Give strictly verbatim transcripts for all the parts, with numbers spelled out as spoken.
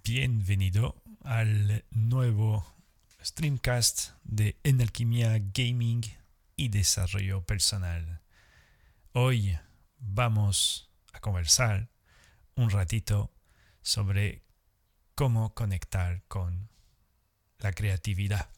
Bienvenido al nuevo streamcast de Enalquimia Gaming y Desarrollo Personal. Hoy vamos a conversar un ratito sobre cómo conectar con la creatividad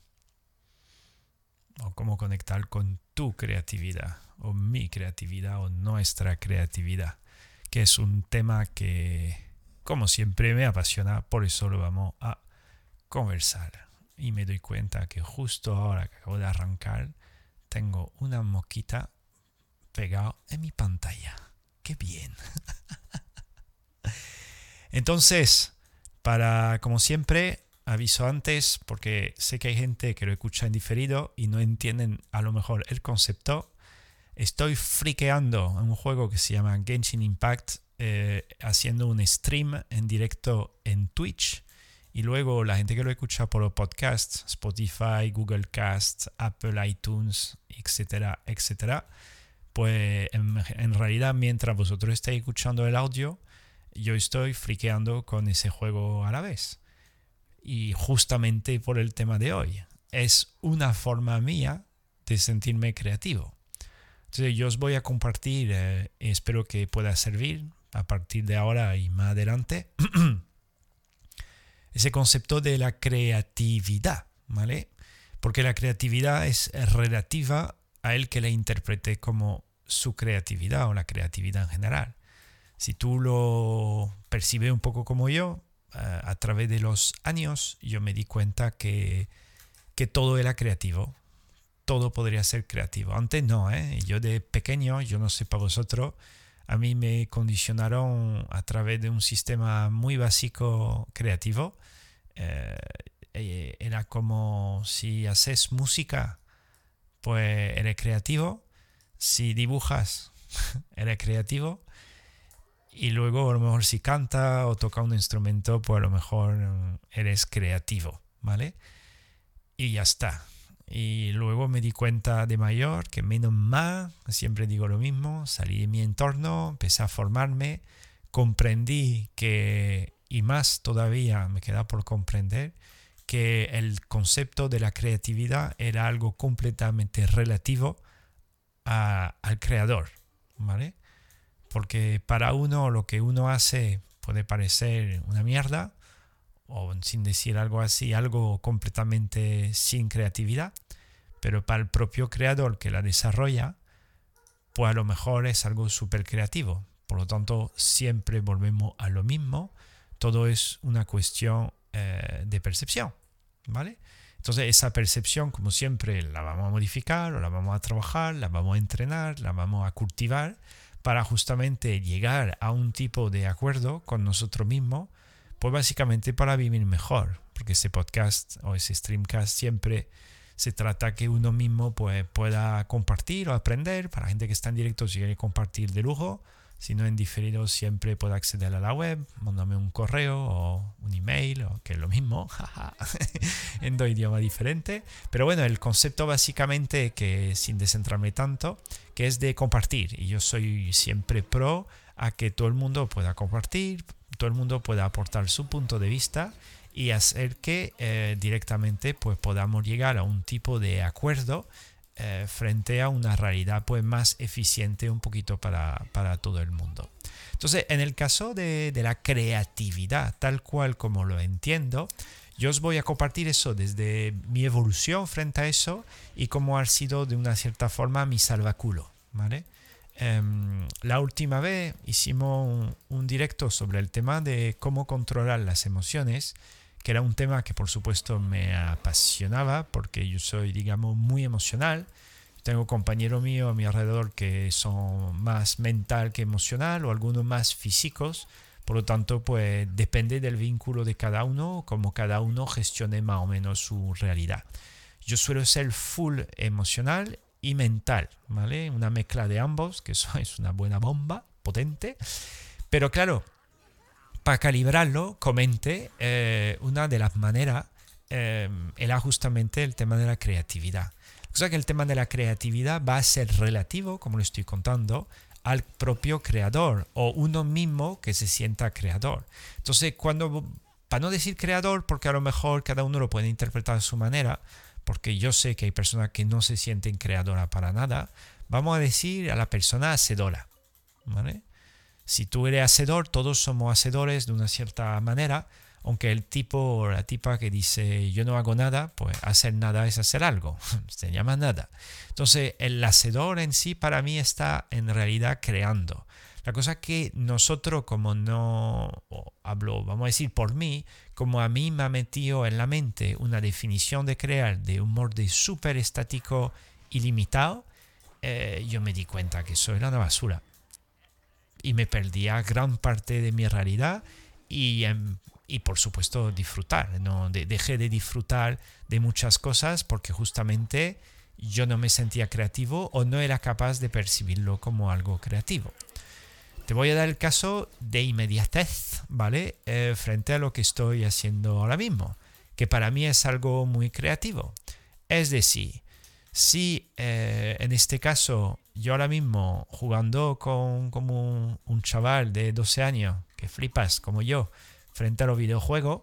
o cómo conectar con tu creatividad o mi creatividad o nuestra creatividad, que es un tema que como siempre me apasiona, por eso lo vamos a conversar. Y me doy cuenta que justo ahora que acabo de arrancar, tengo una mosquita pegada en mi pantalla. ¡Qué bien! Entonces, para, como siempre, aviso antes, porque sé que hay gente que lo escucha en diferido y no entienden a lo mejor el concepto. Estoy friqueando en un juego que se llama Genshin Impact, eh, haciendo un stream en directo en Twitch, y luego la gente que lo escucha por los podcasts, Spotify, Google Cast, Apple iTunes, etcétera, etcétera, pues en, en realidad mientras vosotros estáis escuchando el audio, yo estoy friqueando con ese juego a la vez. Y justamente por el tema de hoy, es una forma mía de sentirme creativo. Entonces yo os voy a compartir, eh, espero que pueda servir a partir de ahora y más adelante, ese concepto de la creatividad, ¿vale? Porque la creatividad es relativa a el que la interprete como su creatividad o la creatividad en general. Si tú lo percibes un poco como yo, eh, a través de los años yo me di cuenta que, que todo era creativo. Todo podría ser creativo. Antes no, ¿eh? Yo de pequeño, yo no sé para vosotros, a mí me condicionaron a través de un sistema muy básico creativo. Eh, era como si haces música, pues eres creativo. Si dibujas, eres creativo. Y luego a lo mejor si canta o toca un instrumento, pues a lo mejor eres creativo, ¿vale? Y ya está. Y luego me di cuenta de mayor que menos mal, siempre digo lo mismo, salí de mi entorno, empecé a formarme, comprendí que, y más todavía me queda por comprender, que el concepto de la creatividad era algo completamente relativo a, al creador, ¿vale? Porque para uno lo que uno hace puede parecer una mierda, o sin decir algo así, algo completamente sin creatividad, pero para el propio creador que la desarrolla, pues a lo mejor es algo súper creativo. Por lo tanto, siempre volvemos a lo mismo, todo es una cuestión eh, de percepción, ¿vale? Entonces esa percepción, como siempre, la vamos a modificar, o la vamos a trabajar, la vamos a entrenar, la vamos a cultivar, para justamente llegar a un tipo de acuerdo con nosotros mismos, pues básicamente para vivir mejor, porque ese podcast o ese streamcast siempre se trata que uno mismo pues, pueda compartir o aprender. Para la gente que está en directo, si quiere compartir de lujo, si no en diferido siempre puede acceder a la web, mándame un correo o un email, o que es lo mismo, en dos idiomas diferentes. Pero bueno, el concepto básicamente, que sin descentrarme tanto, que es de compartir, y yo soy siempre pro a que todo el mundo pueda compartir, todo el mundo pueda aportar su punto de vista y hacer que eh, directamente pues, podamos llegar a un tipo de acuerdo eh, frente a una realidad pues, más eficiente un poquito para, para todo el mundo. Entonces, en el caso de, de la creatividad, tal cual como lo entiendo, yo os voy a compartir eso desde mi evolución frente a eso y cómo ha sido de una cierta forma mi salvaculo, ¿vale? Um, la última vez hicimos un, un directo sobre el tema de cómo controlar las emociones, que era un tema que por supuesto me apasionaba porque yo soy, digamos, muy emocional. Tengo compañeros míos a mi alrededor que son más mental que emocional, o algunos más físicos. Por lo tanto, pues depende del vínculo de cada uno, como cada uno gestione más o menos su realidad. Yo suelo ser full emocional y mental, ¿vale? Una mezcla de ambos, que eso es una buena bomba, potente. Pero claro, para calibrarlo, comente, eh, una de las maneras eh, era justamente el tema de la creatividad. O sea que el tema de la creatividad va a ser relativo, como lo estoy contando, al propio creador o uno mismo que se sienta creador. Entonces, cuando para no decir creador, porque a lo mejor cada uno lo puede interpretar a su manera, porque yo sé que hay personas que no se sienten creadoras para nada, vamos a decir a la persona hacedora, ¿vale? Si tú eres hacedor, todos somos hacedores de una cierta manera, aunque el tipo o la tipa que dice yo no hago nada, pues hacer nada es hacer algo, se llama nada. Entonces el hacedor en sí para mí está en realidad creando. La cosa es que nosotros, como no, o hablo, vamos a decir por mí, como a mí me ha metido en la mente una definición de crear de un molde súper estático ilimitado, eh, yo me di cuenta que eso era una basura. Y me perdía gran parte de mi realidad y, y por supuesto disfrutar, ¿no? De, dejé de disfrutar de muchas cosas porque justamente yo no me sentía creativo o no era capaz de percibirlo como algo creativo. Te voy a dar el caso de inmediatez, ¿vale? Eh, frente a lo que estoy haciendo ahora mismo, que para mí es algo muy creativo. Es decir, si eh, en este caso yo ahora mismo jugando con como un, un chaval de doce años, que flipas como yo, frente a los videojuegos,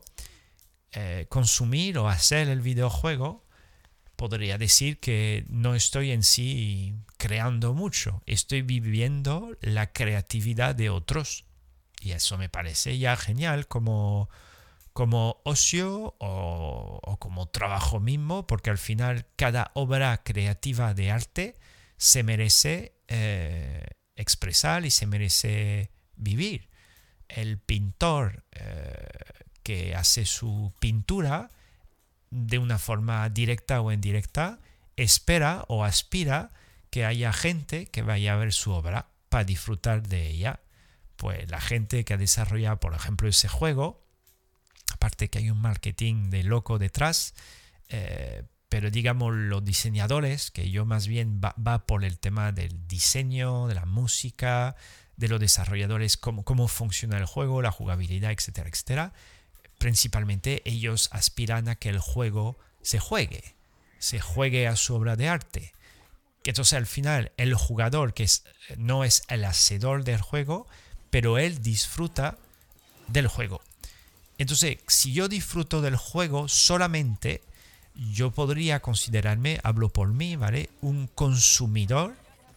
eh, consumir o hacer el videojuego, podría decir que no estoy en sí creando mucho, estoy viviendo la creatividad de otros. Y eso me parece ya genial como, como ocio o, o como trabajo mismo, porque al final cada obra creativa de arte se merece eh, expresar y se merece vivir. El pintor eh, que hace su pintura de una forma directa o indirecta, espera o aspira que haya gente que vaya a ver su obra para disfrutar de ella. Pues la gente que ha desarrollado, por ejemplo, ese juego, aparte que hay un marketing de loco detrás, eh, pero digamos los diseñadores, que yo más bien va, va por el tema del diseño, de la música, de los desarrolladores, cómo, cómo funciona el juego, la jugabilidad, etcétera, etcétera. Principalmente ellos aspiran a que el juego se juegue, se juegue a su obra de arte. Entonces al final el jugador que es, no es el hacedor del juego, pero él disfruta del juego. Entonces si yo disfruto del juego solamente, yo podría considerarme, hablo por mí, ¿vale? Un consumidor,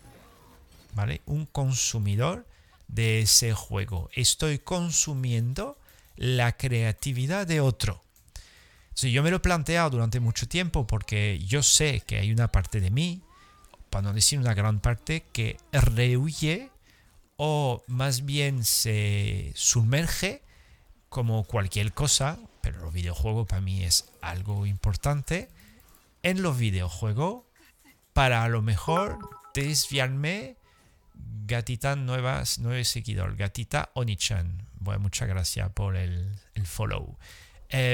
¿vale? Un consumidor de ese juego. Estoy consumiendo la creatividad de otro. Entonces, yo me lo he planteado durante mucho tiempo porque yo sé que hay una parte de mí, para no decir una gran parte, que rehuye o más bien se sumerge como cualquier cosa, pero los videojuegos para mí es algo importante, en los videojuegos para a lo mejor desviarme. Gatita nuevas, nueve seguidor, Gatita Onichan. Bueno, muchas gracias por el, el follow. Eh,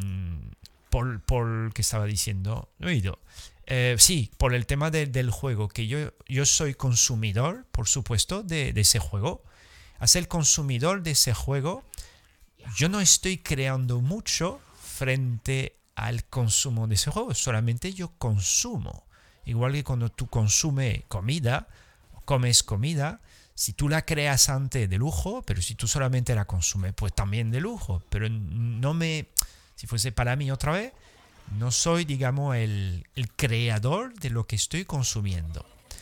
por, por que estaba diciendo, no he oído. Eh, sí, por el tema de, del juego, que yo, yo soy consumidor, por supuesto, de, de ese juego. Al ser consumidor de ese juego, yo no estoy creando mucho frente al consumo de ese juego, solamente yo consumo. Igual que cuando tú consumes comida, comes comida, si tú la creas antes de lujo, pero si tú solamente la consumes, pues también de lujo. Pero no me, si fuese para mí otra vez, no soy, digamos, el, el creador de lo que estoy consumiendo.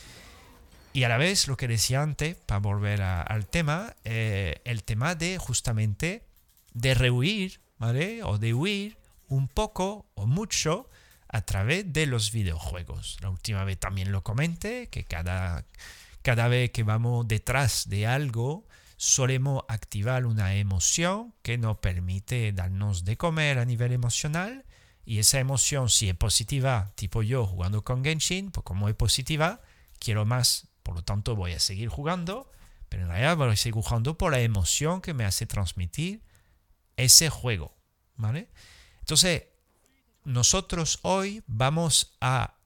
Y a la vez, lo que decía antes, para volver a, al tema, eh, el tema de justamente de rehuir, ¿vale? O de huir un poco o mucho a través de los videojuegos. La última vez también lo comenté, que cada... Cada vez que vamos detrás de algo, solemos activar una emoción que nos permite darnos de comer a nivel emocional. Y esa emoción, si es positiva, tipo yo jugando con Genshin, pues como es positiva, quiero más, por lo tanto voy a seguir jugando. Pero en realidad voy a seguir jugando por la emoción que me hace transmitir ese juego, ¿vale? Entonces, nosotros hoy vamos a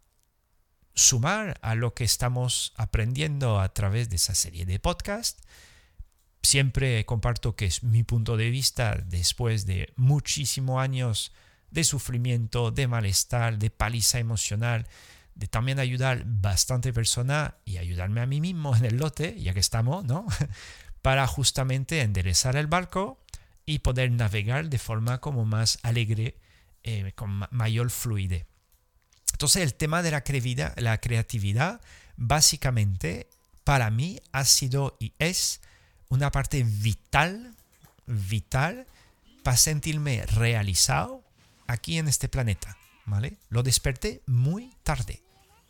sumar a lo que estamos aprendiendo a través de esa serie de podcasts. Siempre comparto que es mi punto de vista después de muchísimos años de sufrimiento, de malestar, de paliza emocional, de también ayudar bastante personas y ayudarme a mí mismo en el lote, ya que estamos, ¿no? Para justamente enderezar el barco y poder navegar de forma como más alegre, eh, con ma- mayor fluidez. Entonces el tema de la creatividad, la creatividad básicamente para mí ha sido y es una parte vital, vital para sentirme realizado aquí en este planeta, ¿vale? Lo desperté muy tarde.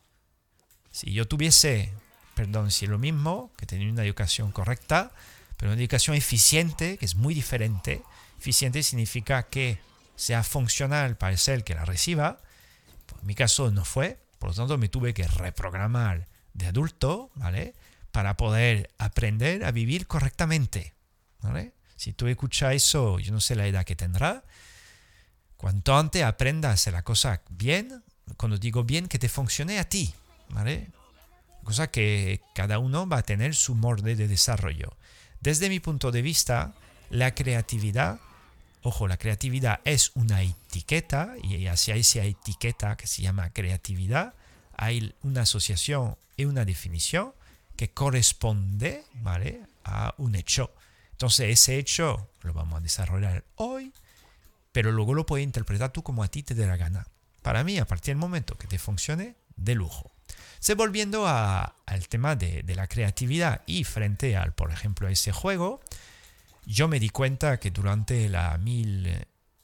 Si yo tuviese, perdón, si lo mismo, que tener una educación correcta, pero una educación eficiente, que es muy diferente. Eficiente significa que sea funcional para el ser que la reciba. En mi caso no fue, por lo tanto me tuve que reprogramar de adulto, ¿vale? Para poder aprender a vivir correctamente, ¿vale? Si tú escuchas eso, yo no sé la edad que tendrá. Cuanto antes aprendas a hacer la cosa bien, cuando digo bien, que te funcione a ti, ¿vale? Cosa que cada uno va a tener su molde de desarrollo. Desde mi punto de vista, la creatividad, ojo, la creatividad es una etiqueta y hacia esa etiqueta que se llama creatividad hay una asociación y una definición que corresponde, ¿vale?, a un hecho. Entonces ese hecho lo vamos a desarrollar hoy, pero luego lo puedes interpretar tú como a ti te dé la gana. Para mí, a partir del momento que te funcione, de lujo. Se volviendo a, al tema de, de la creatividad y frente al, por ejemplo, a ese juego, yo me di cuenta que durante las mil,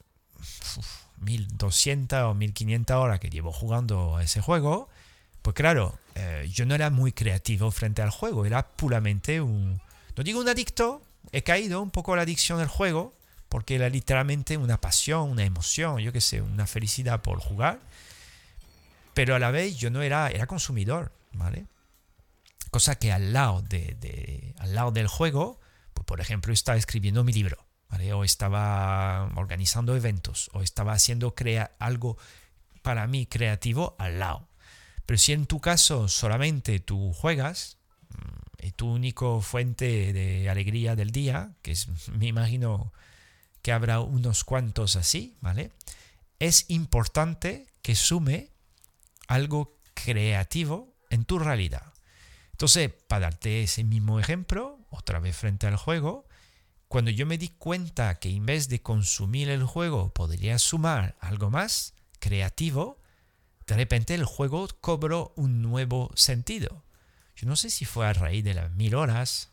mil doscientas o mil quinientas horas que llevo jugando a ese juego, pues claro, eh, yo no era muy creativo frente al juego, era puramente un, no digo un adicto, he caído un poco a la adicción del juego, porque era literalmente una pasión, una emoción, yo qué sé, una felicidad por jugar, pero a la vez yo no era, era consumidor, ¿vale? Cosa que al lado, de, de, al lado del juego, pues por ejemplo estaba escribiendo mi libro, ¿vale? O estaba organizando eventos, o estaba haciendo crea algo para mí creativo al lado. Pero si en tu caso solamente tú juegas, y tu único fuente de alegría del día, que es, me imagino que habrá unos cuantos así, ¿vale? Es importante que sume algo creativo en tu realidad. Entonces, para darte ese mismo ejemplo, otra vez frente al juego, cuando yo me di cuenta que en vez de consumir el juego podría sumar algo más creativo, de repente el juego cobró un nuevo sentido. Yo no sé si fue a raíz de las mil horas.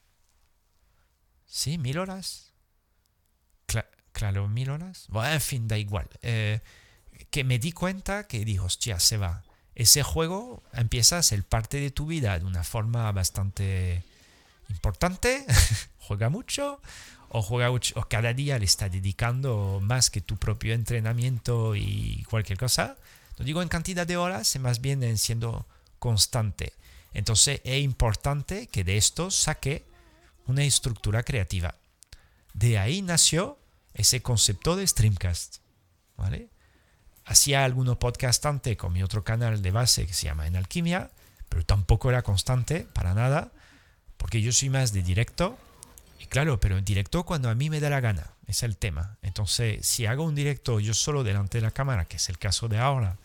¿Sí? ¿Mil horas? Cla- claro, mil horas. Bueno, en fin, da igual. Eh, que me di cuenta que dijo, hostia, se va. Ese juego empieza a ser parte de tu vida de una forma bastante importante. Juega mucho. O, juega mucho, o cada día le está dedicando más que tu propio entrenamiento y cualquier cosa. No digo en cantidad de horas, más bien en siendo constante. Entonces es importante que de esto saque una estructura creativa. De ahí nació ese concepto de Streamcast, ¿vale? Hacía algunos podcasts antes con mi otro canal de base que se llama En Alquimia, pero tampoco era constante para nada, porque yo soy más de directo. Y claro, pero en directo cuando a mí me da la gana, es el tema. Entonces, si hago un directo yo solo delante de la cámara, que es el caso de ahora,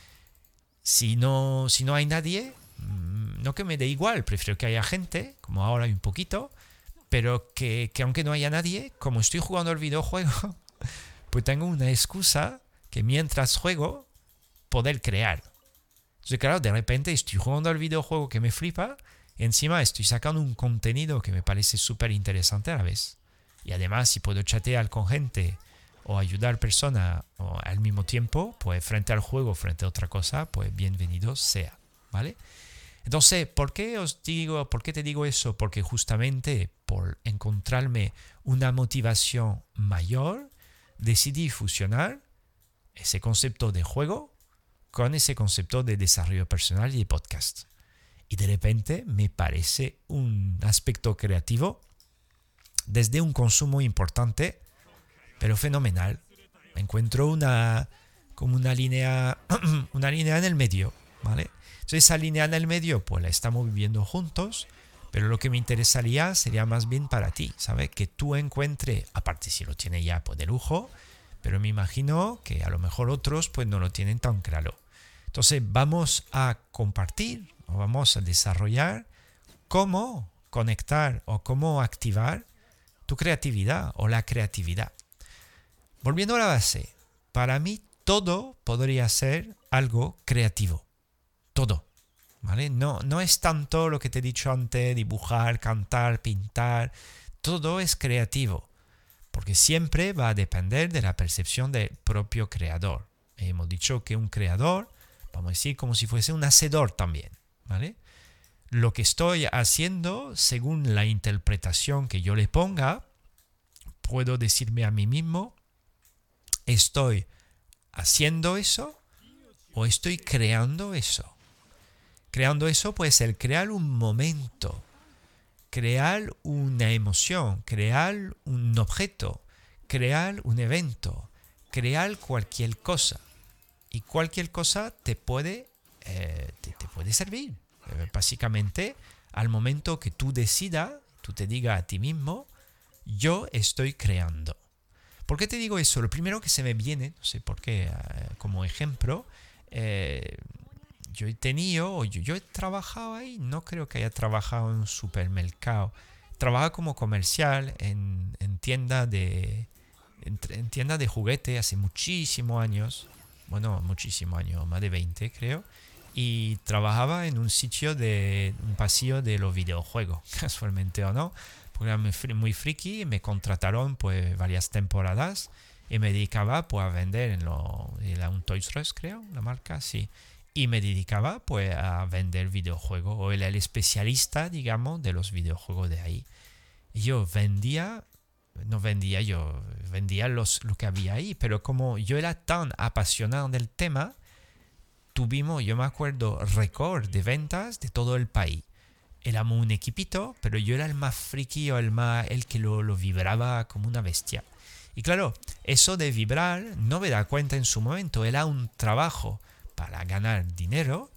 si no, si no hay nadie, no que me dé igual, prefiero que haya gente, como ahora hay un poquito, pero que, que aunque no haya nadie, como estoy jugando el videojuego, pues tengo una excusa que mientras juego, poder crear. Entonces, claro, de repente estoy jugando al videojuego que me flipa, y encima estoy sacando un contenido que me parece súper interesante a la vez. Y además, si puedo chatear con gente o ayudar personas al mismo tiempo, pues frente al juego, frente a otra cosa, pues bienvenido sea, ¿vale? Entonces, ¿por qué os digo, por qué te digo eso? Porque justamente por encontrarme una motivación mayor, decidí fusionar ese concepto de juego con ese concepto de desarrollo personal y de podcast. Y de repente me parece un aspecto creativo desde un consumo importante, pero fenomenal. Encuentro una como una línea, una línea en el medio, ¿vale? Entonces esa línea en el medio, pues la estamos viviendo juntos, pero lo que me interesaría sería más bien para ti, ¿sabes? Que tú encuentres, aparte si lo tienes ya, pues de lujo, pero me imagino que a lo mejor otros pues no lo tienen tan claro. Entonces vamos a compartir o vamos a desarrollar cómo conectar o cómo activar tu creatividad o la creatividad. Volviendo a la base, para mí todo podría ser algo creativo. Todo. ¿Vale? No, no es tanto lo que te he dicho antes, dibujar, cantar, pintar. Todo es creativo. Porque siempre va a depender de la percepción del propio creador. Hemos dicho que un creador, vamos a decir, como si fuese un hacedor también. ¿Vale? Lo que estoy haciendo, según la interpretación que yo le ponga, puedo decirme a mí mismo, ¿estoy haciendo eso o estoy creando eso? Creando eso puede ser crear un momento, crear una emoción, crear un objeto, crear un evento, crear cualquier cosa. Y cualquier cosa te puede, eh, te, te puede servir. Eh, básicamente, al momento que tú decidas, tú te digas a ti mismo, yo estoy creando. ¿Por qué te digo eso? Lo primero que se me viene, no sé por qué, eh, como ejemplo, eh, yo he tenido, yo, yo he trabajado ahí, no creo que haya trabajado en un supermercado. Trabajaba como comercial en, en tienda de en, en tienda de juguete hace muchísimos años, bueno, muchísimos años, más de veinte creo, y trabajaba en un sitio de un pasillo de los videojuegos, casualmente o no, porque era muy, muy friki y me contrataron pues varias temporadas y me dedicaba pues a vender en lo, era un Toys R Us creo, la marca, sí. Y me dedicaba pues a vender videojuegos, o era el especialista, digamos, de los videojuegos de ahí. Y yo vendía, no vendía yo, vendía los, lo que había ahí, pero como yo era tan apasionado del tema, tuvimos, yo me acuerdo, récord de ventas de todo el país. Éramos un equipito, pero yo era el más friki o el, más, el que lo, lo vibraba como una bestia. Y claro, eso de vibrar no me da cuenta en su momento, era un trabajo para ganar dinero,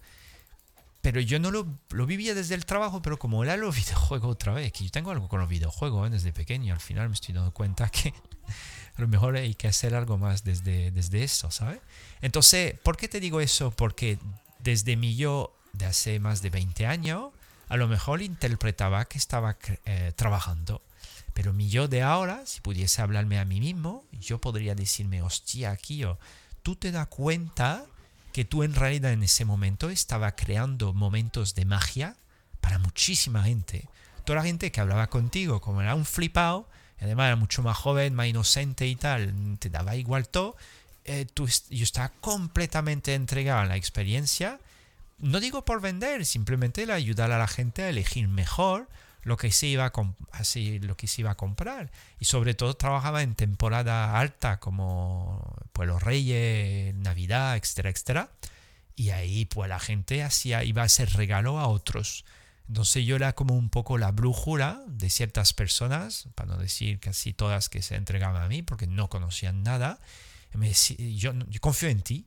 pero yo no lo, lo vivía desde el trabajo, pero como era los videojuegos otra vez, que yo tengo algo con los videojuegos ¿eh? Desde pequeño, al final me estoy dando cuenta que a lo mejor hay que hacer algo más desde, desde eso, ¿sabes? Entonces, ¿por qué te digo eso? Porque desde mi yo de hace más de veinte años, a lo mejor interpretaba que estaba eh, trabajando, pero mi yo de ahora, si pudiese hablarme a mí mismo, yo podría decirme, hostia, Kio, tú te das cuenta que tú en realidad en ese momento estaba creando momentos de magia para muchísima gente. Toda la gente que hablaba contigo, como era un flipado, y además era mucho más joven, más inocente y tal, te daba igual todo, eh, tú, yo estaba completamente entregado a la experiencia. No digo por vender, simplemente el ayudar a la gente a elegir mejor lo que se iba a, así, lo que se iba a comprar. Y sobre todo trabajaba en temporada alta como pues los Reyes, Navidad, etcétera, etcétera. Y ahí pues la gente hacía, iba a hacer regalo a otros. Entonces yo era como un poco la brújula de ciertas personas, para no decir casi todas que se entregaban a mí, porque no conocían nada. Y me decía, yo, yo confío en ti.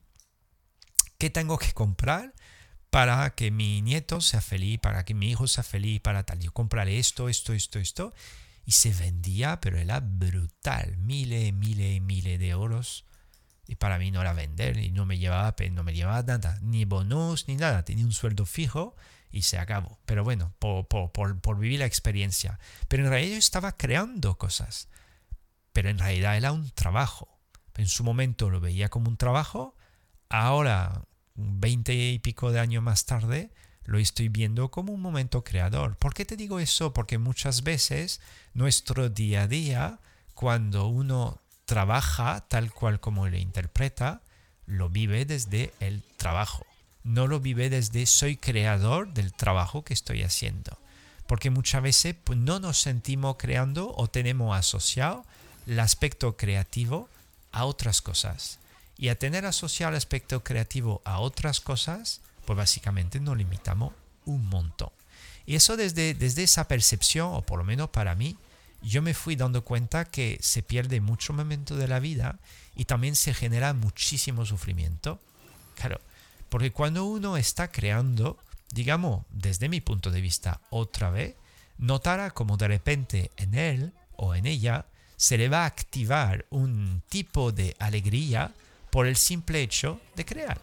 ¿Qué tengo que comprar para que mi nieto sea feliz, para que mi hijo sea feliz, para tal? Yo compraré esto, esto, esto, esto. Y se vendía, pero era brutal. Miles, miles, miles de euros. Y para mí no era vender, y no me llevaba, no me llevaba nada, ni bonus, ni nada. Tenía un sueldo fijo y se acabó. Pero bueno, por, por, por, por vivir la experiencia. Pero en realidad yo estaba creando cosas. Pero en realidad era un trabajo. En su momento lo veía como un trabajo. Ahora, veinte y pico de años más tarde, lo estoy viendo como un momento creador. ¿Por qué te digo eso? Porque muchas veces nuestro día a día, cuando uno trabaja tal cual como lo interpreta, lo vive desde el trabajo. No lo vive desde soy creador del trabajo que estoy haciendo. Porque muchas veces pues, no nos sentimos creando o tenemos asociado el aspecto creativo a otras cosas. Y a tener asociado el aspecto creativo a otras cosas, pues básicamente nos limitamos un montón. Y eso desde, desde esa percepción, o por lo menos para mí, yo me fui dando cuenta que se pierde mucho momento de la vida y también se genera muchísimo sufrimiento. Claro, porque cuando uno está creando, digamos, desde mi punto de vista otra vez, notará como de repente en él o en ella se le va a activar un tipo de alegría por el simple hecho de crear.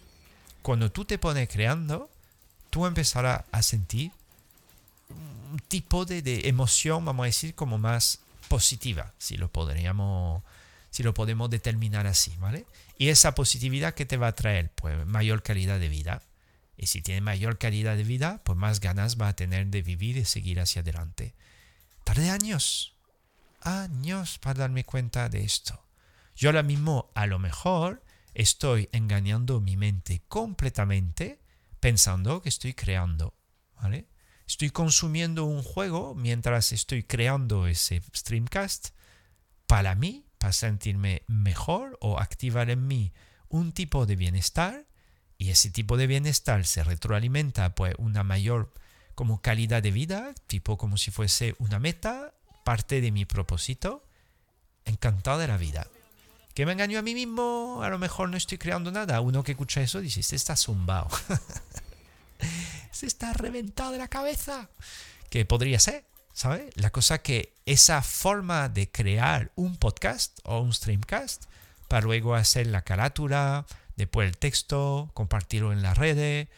Cuando tú te pones creando, tú empezarás a sentir un tipo de, de emoción, vamos a decir, como más positiva, si lo podríamos, si lo podemos determinar así, ¿vale? Y esa positividad, ¿qué te va a traer? Pues mayor calidad de vida. Y si tienes mayor calidad de vida, pues más ganas va a tener de vivir y seguir hacia adelante. Tardé años, años para darme cuenta de esto. Yo ahora mismo, a lo mejor, estoy engañando mi mente completamente pensando que estoy creando, ¿vale? Estoy consumiendo un juego mientras estoy creando ese streamcast para mí, para sentirme mejor o activar en mí un tipo de bienestar, y ese tipo de bienestar se retroalimenta pues una mayor como calidad de vida, tipo como si fuese una meta, parte de mi propósito. Encantado de la vida. ¿Que me engaño a mí mismo? A lo mejor no estoy creando nada. Uno que escucha eso dice, este está zumbado. Se está reventado de la cabeza. Que podría ser, ¿sabes? La cosa que esa forma de crear un podcast o un streamcast para luego hacer la carátula, después el texto, compartirlo en las redes,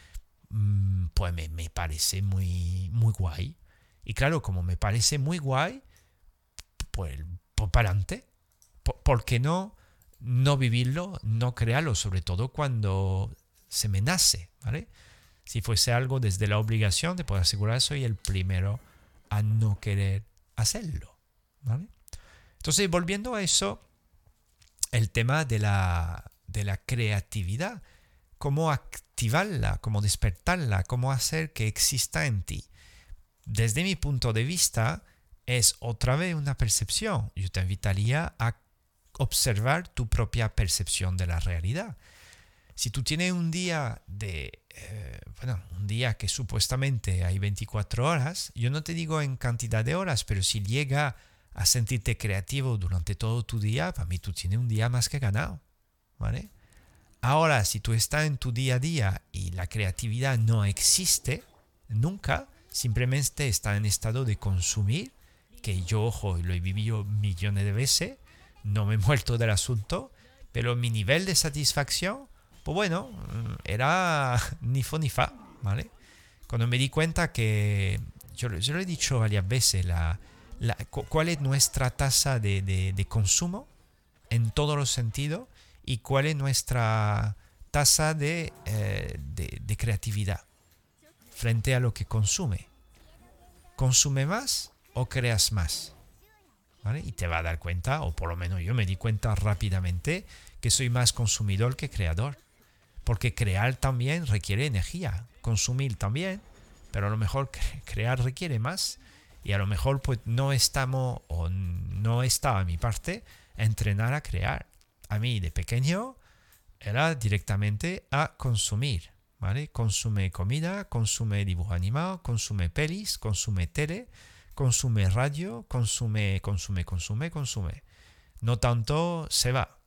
pues me, me parece muy, muy guay. Y claro, como me parece muy guay, pues, pues para adelante. ¿Por qué no, no vivirlo, no crearlo? Sobre todo cuando se me nace, ¿vale? Si fuese algo desde la obligación, te puedo asegurar, soy el primero a no querer hacerlo, ¿vale? Entonces, volviendo a eso, el tema de la, de la creatividad, cómo activarla, cómo despertarla, cómo hacer que exista en ti. Desde mi punto de vista, es otra vez una percepción. Yo te invitaría a observar tu propia percepción de la realidad. Si tú tienes un día de, eh, bueno, un día que supuestamente hay veinticuatro horas, yo no te digo en cantidad de horas, pero si llega a sentirte creativo durante todo tu día, para mí tú tienes un día más que ganado, ¿vale? Ahora, si tú estás en tu día a día y la creatividad no existe nunca, simplemente estás en estado de consumir, que yo, ojo, lo he vivido millones de veces, no me he muerto del asunto, pero mi nivel de satisfacción, pues bueno, era ni fu ni fa, ¿vale? Cuando me di cuenta que, yo, yo lo he dicho varias veces, la, la, cuál es nuestra tasa de, de, de consumo en todos los sentidos y cuál es nuestra tasa de, eh, de, de creatividad frente a lo que consume. ¿Consume más o creas más? ¿Vale? Y te va a dar cuenta, o por lo menos yo me di cuenta rápidamente, que soy más consumidor que creador. Porque crear también requiere energía, consumir también, pero a lo mejor crear requiere más. Y a lo mejor pues no estamos, o no estaba a mi parte, a entrenar a crear. A mí de pequeño era directamente a consumir, ¿vale? Consume comida, consume dibujo animado, consume pelis, consume tele, consume radio, consume, consume, consume, consume. No tanto se va.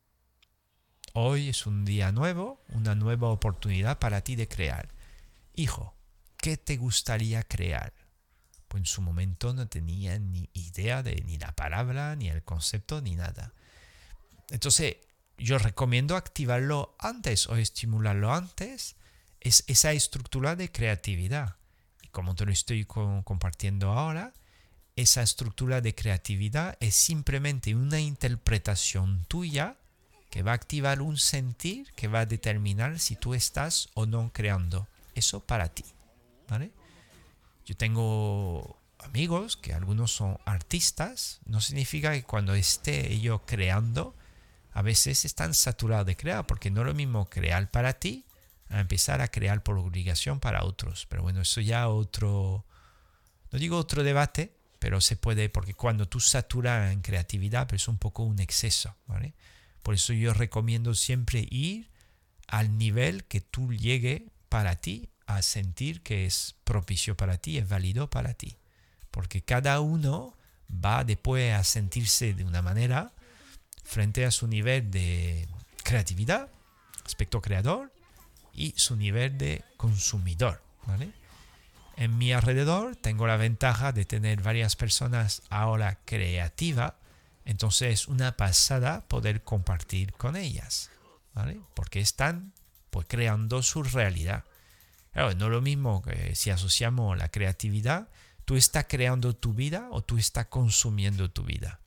Hoy es un día nuevo, una nueva oportunidad para ti de crear. Hijo, ¿qué te gustaría crear? Pues en su momento no tenía ni idea de ni la palabra, ni el concepto, ni nada. Entonces, yo recomiendo activarlo antes o estimularlo antes, es esa estructura de creatividad. Y como te lo estoy con, compartiendo ahora, esa estructura de creatividad es simplemente una interpretación tuya que va a activar un sentir que va a determinar si tú estás o no creando. Eso para ti, ¿vale? Yo tengo amigos que algunos son artistas, no significa que cuando esté ellos creando, a veces están saturados de crear, porque no es lo mismo crear para ti a empezar a crear por obligación para otros. Pero bueno, eso ya otro, no digo otro debate, pero se puede, porque cuando tú saturas en creatividad, pues es un poco un exceso, ¿vale? Por eso yo recomiendo siempre ir al nivel que tú llegue para ti a sentir que es propicio para ti, es válido para ti. Porque cada uno va después a sentirse de una manera frente a su nivel de creatividad, aspecto creador, y su nivel de consumidor, ¿vale? En mi alrededor tengo la ventaja de tener varias personas ahora creativas, entonces es una pasada poder compartir con ellas, ¿vale? Porque están pues creando su realidad. Claro, no es lo mismo que si asociamos la creatividad, ¿Tú estás creando tu vida o tú estás consumiendo tu vida?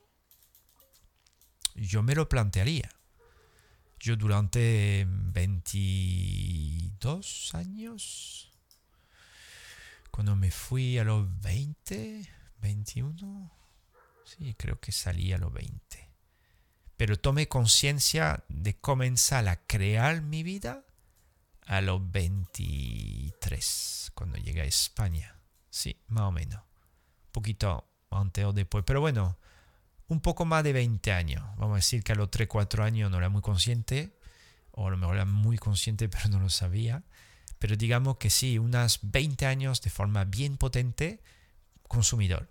Yo me lo plantearía. Yo durante veintidós años, cuando me fui a los veinte, veintiuno, sí, creo que salí a los veinte. Pero tomé conciencia de comenzar a crear mi vida a los veintitrés, cuando llegué a España. Sí, más o menos. Un poquito antes o después. Pero bueno, un poco más de veinte años. Vamos a decir que a los tres, cuatro años no era muy consciente. O a lo mejor era muy consciente, pero no lo sabía. Pero digamos que sí, unos veinte años de forma bien potente, consumidor.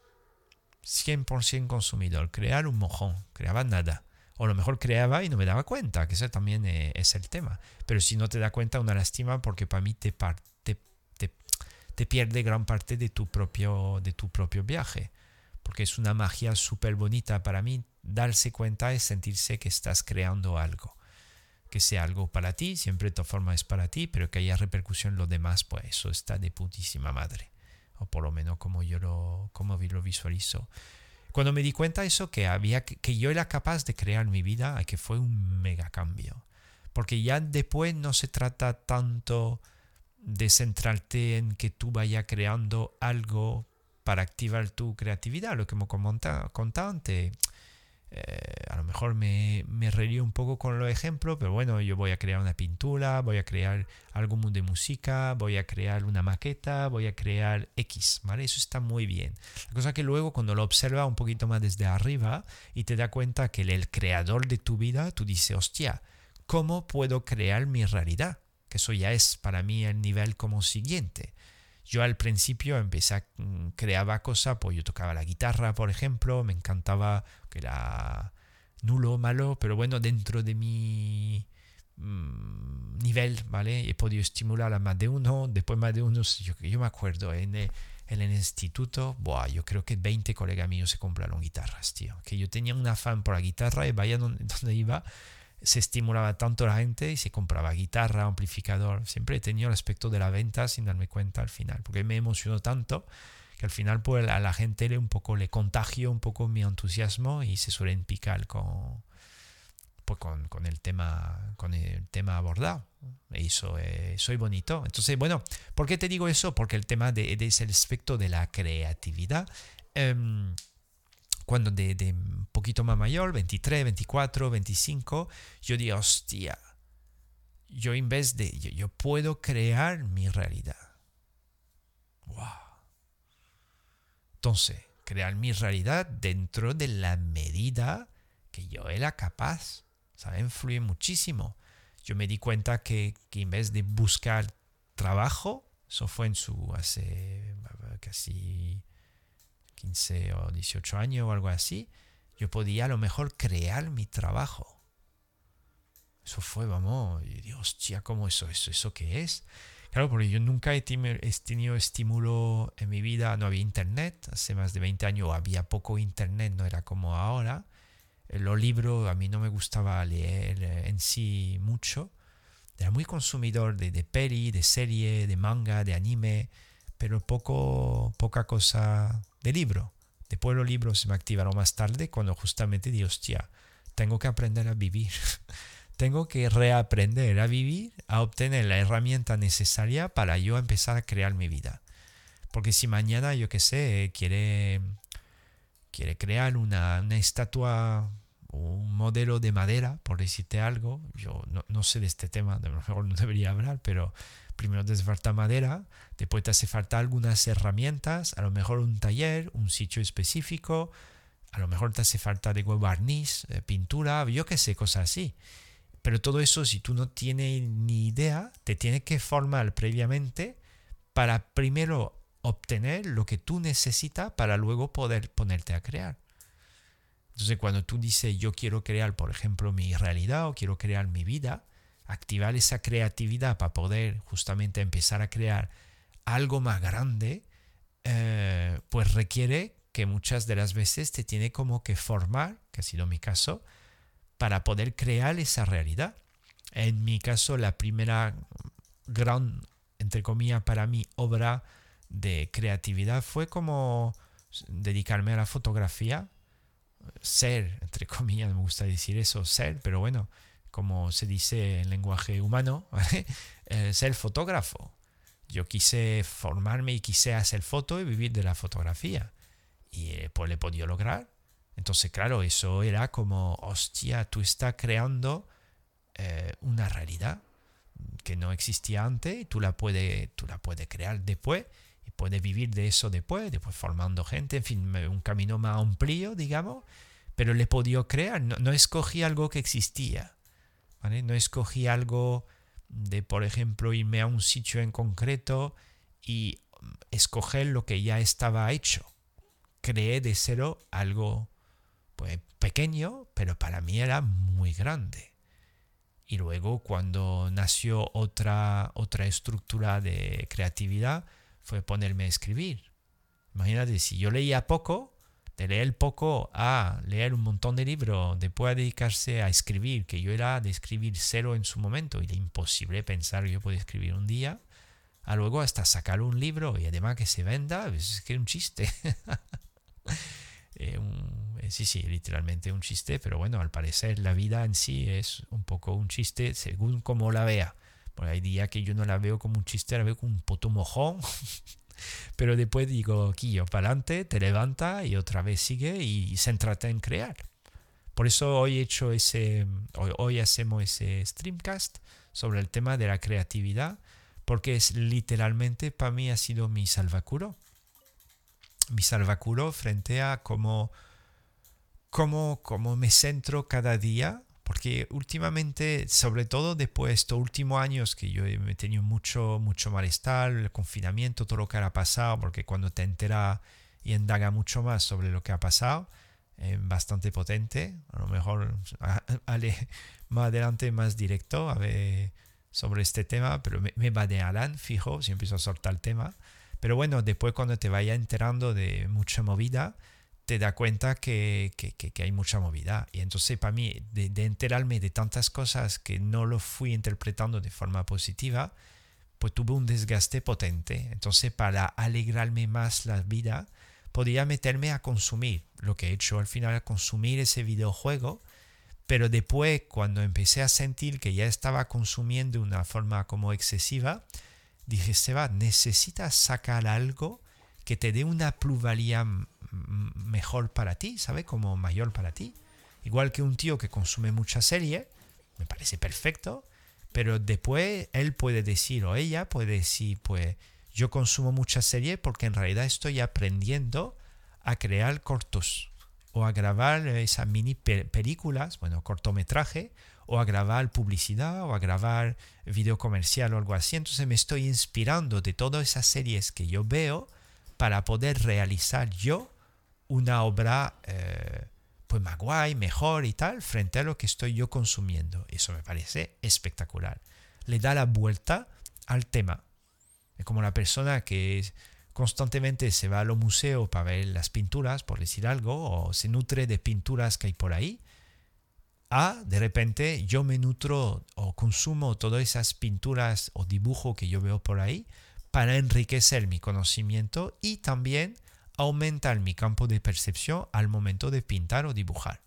cien por ciento consumidor. Crear un mojón. Creaba nada. O a lo mejor creaba y no me daba cuenta, que eso también es el tema. Pero si no te das cuenta, una lástima, porque para mí te, te, te, te pierde gran parte de tu propio, de tu propio viaje. Porque es una magia súper bonita para mí. Darse cuenta es sentirse que estás creando algo. Que sea algo para ti, siempre de todas formas es para ti, pero que haya repercusión en los demás, pues eso está de putísima madre. O por lo menos como yo lo, como lo visualizo. Cuando me di cuenta de eso, que, había, que yo era capaz de crear mi vida, que fue un mega cambio. Porque ya después no se trata tanto de centrarte en que tú vayas creando algo para activar tu creatividad, lo que hemos contado antes. Eh, a lo mejor me, me reír un poco con los ejemplos, pero bueno, yo voy a crear una pintura, voy a crear algo de música, voy a crear una maqueta, voy a crear X, ¿vale? Eso está muy bien. La cosa que luego cuando lo observas un poquito más desde arriba y te das cuenta que el, el creador de tu vida, tú dices, hostia, ¿cómo puedo crear mi realidad? Que eso ya es para mí el nivel como siguiente. Yo al principio empecé a crear cosas, pues yo tocaba la guitarra, por ejemplo, me encantaba, que era nulo, malo, pero bueno, dentro de mi mmm, nivel, ¿vale? He podido estimular a más de uno, después más de uno, yo, yo me acuerdo, en el, en el instituto, buah, yo creo que veinte colegas míos se compraron guitarras, tío, que yo tenía un afán por la guitarra y vaya donde, donde iba, se estimulaba tanto la gente y se compraba guitarra, amplificador. Siempre he tenido el aspecto de la venta sin darme cuenta al final, porque me emocionó tanto que al final pues, a la gente le, un poco, le contagio un poco mi entusiasmo y se suelen picar con, pues, con, con, el, tema, con el tema abordado. Y eso eh, soy bonito. Entonces, bueno, ¿por qué te digo eso? Porque el tema de, de ese aspecto de la creatividad... Eh, cuando de, de un poquito más mayor, veintitrés, veinticuatro, veinticinco, yo digo, hostia, yo en vez de, yo, yo puedo crear mi realidad. Wow. Entonces, crear mi realidad dentro de la medida que yo era capaz, ¿sabes? Influye muchísimo. Yo me di cuenta que, que en vez de buscar trabajo, eso fue en su, hace casi... quince o dieciocho años o algo así, yo podía a lo mejor crear mi trabajo. Eso fue, vamos, y digo, hostia, ¿cómo eso? ¿Eso, eso qué es? Claro, porque yo nunca he tenido estímulo en mi vida, no había internet, hace más de veinte años había poco internet, no era como ahora. Los libros, a mí no me gustaba leer en sí mucho. Era muy consumidor de, de peli, de serie, de manga, de anime, pero poco, poca cosa de libro. Después los libros se me activaron más tarde cuando justamente digo, hostia, tengo que aprender a vivir. Tengo que reaprender a vivir, a obtener la herramienta necesaria para yo empezar a crear mi vida. Porque si mañana, yo qué sé, quiere, quiere crear una, una estatua, un modelo de madera, por decirte algo, yo no, no sé de este tema, a lo mejor no debería hablar, pero... primero te hace falta madera, después te hace falta algunas herramientas, a lo mejor un taller, un sitio específico, a lo mejor te hace falta de barniz, eh, pintura, yo qué sé, cosas así. Pero todo eso, si tú no tienes ni idea, te tienes que formar previamente para primero obtener lo que tú necesitas para luego poder ponerte a crear. Entonces, cuando tú dices, yo quiero crear, por ejemplo, mi realidad o quiero crear mi vida, activar esa creatividad para poder justamente empezar a crear algo más grande, eh, pues requiere que muchas de las veces te tiene como que formar, que ha sido mi caso, para poder crear esa realidad. En mi caso, la primera gran, entre comillas, para mí, obra de creatividad fue como dedicarme a la fotografía, ser, entre comillas, me gusta decir eso, ser, pero bueno, como se dice en lenguaje humano, ¿vale? Eh, ser fotógrafo. Yo quise formarme y quise hacer foto y vivir de la fotografía. Y eh, pues le he podido lograr. Entonces, claro, eso era como, hostia, tú estás creando eh, una realidad que no existía antes y tú la puedes, tú la puedes crear después y puedes vivir de eso después, después formando gente, en fin, un camino más amplio, digamos, pero le he podido crear. No, no escogí algo que existía, ¿vale? No escogí algo de, por ejemplo, irme a un sitio en concreto y escoger lo que ya estaba hecho. Creé de cero algo pues pequeño, pero para mí era muy grande. Y luego cuando nació otra, otra estructura de creatividad fue ponerme a escribir. Imagínate, si yo leía poco, de leer poco a leer un montón de libros, después a dedicarse a escribir, que yo era de escribir cero en su momento, y era imposible pensar que yo podía escribir un día, a luego hasta sacar un libro y además que se venda, es que es un chiste. eh, un, eh, sí, sí, literalmente un chiste, pero bueno, al parecer la vida en sí es un poco un chiste según como la vea. Porque hay días que yo no la veo como un chiste, la veo como un puto mojón. Pero después digo, Quillo, para adelante, te levanta y otra vez sigue y se trata en crear. Por eso hoy he hecho ese, hoy, hoy hacemos ese streamcast sobre el tema de la creatividad, porque es literalmente para mí ha sido mi salvacuro. Mi salvacuro frente a cómo, cómo, cómo me centro cada día, porque últimamente, sobre todo después de estos últimos años que yo he tenido mucho, mucho malestar, el confinamiento, todo lo que ha pasado, porque cuando te enteras y indaga mucho más sobre lo que ha pasado, es bastante potente. A lo mejor ale, más adelante, más directo, a ver sobre este tema, pero me, me banearán, fijo, si empiezo a soltar el tema. Pero bueno, después cuando te vayas enterando de mucha movida, te das cuenta que, que, que, que hay mucha movida. Y entonces para mí, de, de enterarme de tantas cosas que no lo fui interpretando de forma positiva, pues tuve un desgaste potente. Entonces para alegrarme más la vida, podía meterme a consumir. Lo que he hecho al final es consumir ese videojuego, pero después cuando empecé a sentir que ya estaba consumiendo de una forma como excesiva, dije, Seba, necesitas sacar algo que te dé una plusvalía mejor para ti, ¿sabes? Como mayor para ti. Igual que un tío que consume mucha serie, me parece perfecto, pero después él puede decir, o ella puede decir, pues yo consumo mucha serie porque en realidad estoy aprendiendo a crear cortos, o a grabar esas mini películas, bueno, cortometraje, o a grabar publicidad, o a grabar video comercial o algo así. Entonces me estoy inspirando de todas esas series que yo veo para poder realizar yo una obra eh, pues más guay, mejor y tal, frente a lo que estoy yo consumiendo. Eso me parece espectacular. Le da la vuelta al tema. Es como la persona que constantemente se va a los museos para ver las pinturas, por decir algo, o se nutre de pinturas que hay por ahí, a de repente yo me nutro o consumo todas esas pinturas o dibujos que yo veo por ahí para enriquecer mi conocimiento y también aumentar mi campo de percepción al momento de pintar o dibujar.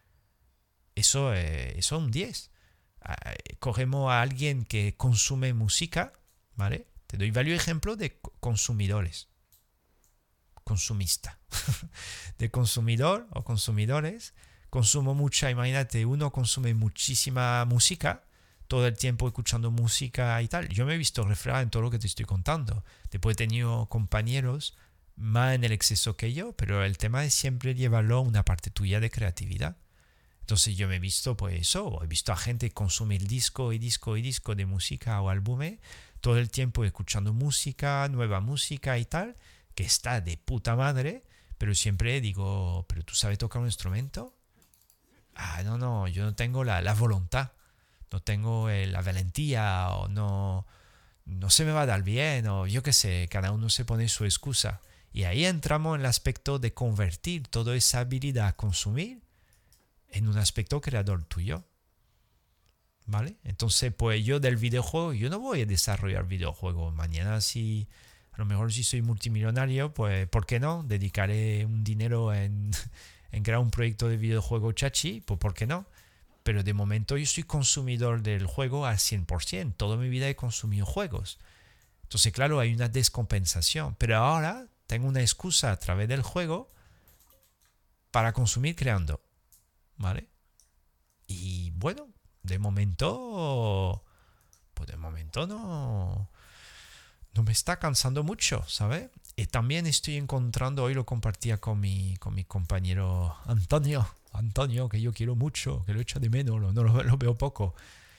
Eso, eh, eso es un diez. Cogemos a alguien que consume música, ¿vale? Te doy varios ejemplos de consumidores. Consumista. De consumidor o consumidores. Consumo mucha, imagínate, uno consume muchísima música, todo el tiempo escuchando música y tal. Yo me he visto reflejado en todo lo que te estoy contando. Después he tenido compañeros más en el exceso que yo, pero el tema es siempre llevarlo a una parte tuya de creatividad. Entonces yo me he visto, pues eso, he visto a gente consumir disco y disco y disco de música o álbumes, todo el tiempo escuchando música, nueva música y tal, que está de puta madre, pero siempre digo, ¿pero tú sabes tocar un instrumento? Ah, no, no, yo no tengo la, la voluntad, no tengo eh, la valentía, o no, no se me va a dar bien, o yo qué sé, cada uno se pone su excusa. Y ahí entramos en el aspecto de convertir toda esa habilidad a consumir en un aspecto creador tuyo. ¿Vale? Entonces, pues yo del videojuego, yo no voy a desarrollar videojuegos. Mañana si A lo mejor si soy multimillonario, pues ¿por qué no? Dedicaré un dinero en, en crear un proyecto de videojuego chachi, pues ¿por qué no? Pero de momento yo soy consumidor del juego al cien por ciento. Toda mi vida he consumido juegos. Entonces, claro, hay una descompensación. Pero ahora tengo una excusa a través del juego para consumir creando. ¿Vale? Y bueno, de momento, pues de momento no, no me está cansando mucho, ¿sabes? Y también estoy encontrando, hoy lo compartía con mi, con mi compañero Antonio, Antonio, que yo quiero mucho, que lo echo de menos, no, no lo, lo veo poco.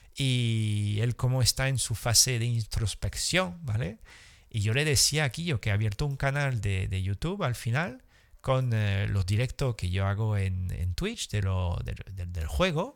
Y él como está en su fase de introspección, ¿vale? Y yo le decía aquí yo que he abierto un canal de, de YouTube al final con eh, los directos que yo hago en, en Twitch de lo, de, de, del juego.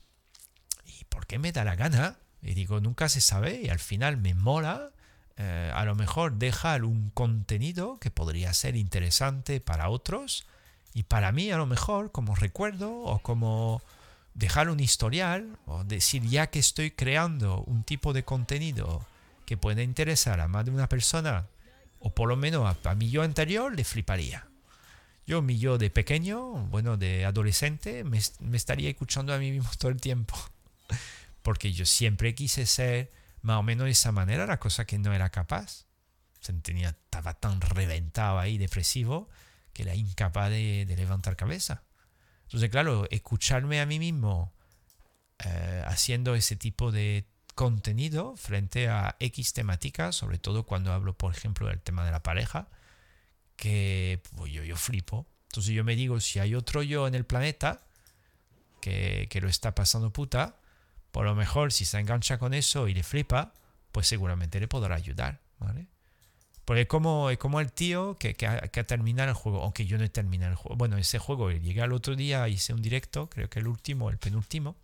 ¿Y por qué me da la gana? Y digo, nunca se sabe y al final me mola. Eh, a lo mejor dejar un contenido que podría ser interesante para otros y para mí a lo mejor como recuerdo o como dejar un historial o decir ya que estoy creando un tipo de contenido que puede interesar a más de una persona o por lo menos a, a mi yo anterior le fliparía. Yo, mi yo de pequeño, bueno, de adolescente, me, me estaría escuchando a mí mismo todo el tiempo porque yo siempre quise ser más o menos de esa manera, la cosa que no era capaz. Se tenía, estaba tan reventado ahí, depresivo, que era incapaz de, de levantar cabeza. Entonces, claro, escucharme a mí mismo eh, haciendo ese tipo de contenido frente a X temáticas, sobre todo cuando hablo, por ejemplo, del tema de la pareja, que pues, yo, yo flipo. Entonces yo me digo, si hay otro yo en el planeta que, que lo está pasando puta, por lo mejor si se engancha con eso y le flipa, pues seguramente le podrá ayudar, ¿vale? Porque es como, es como el tío que, que, ha, que ha terminado el juego, aunque yo no he terminado el juego. Bueno, ese juego, llegué al otro día, hice un directo, creo que el último, el penúltimo,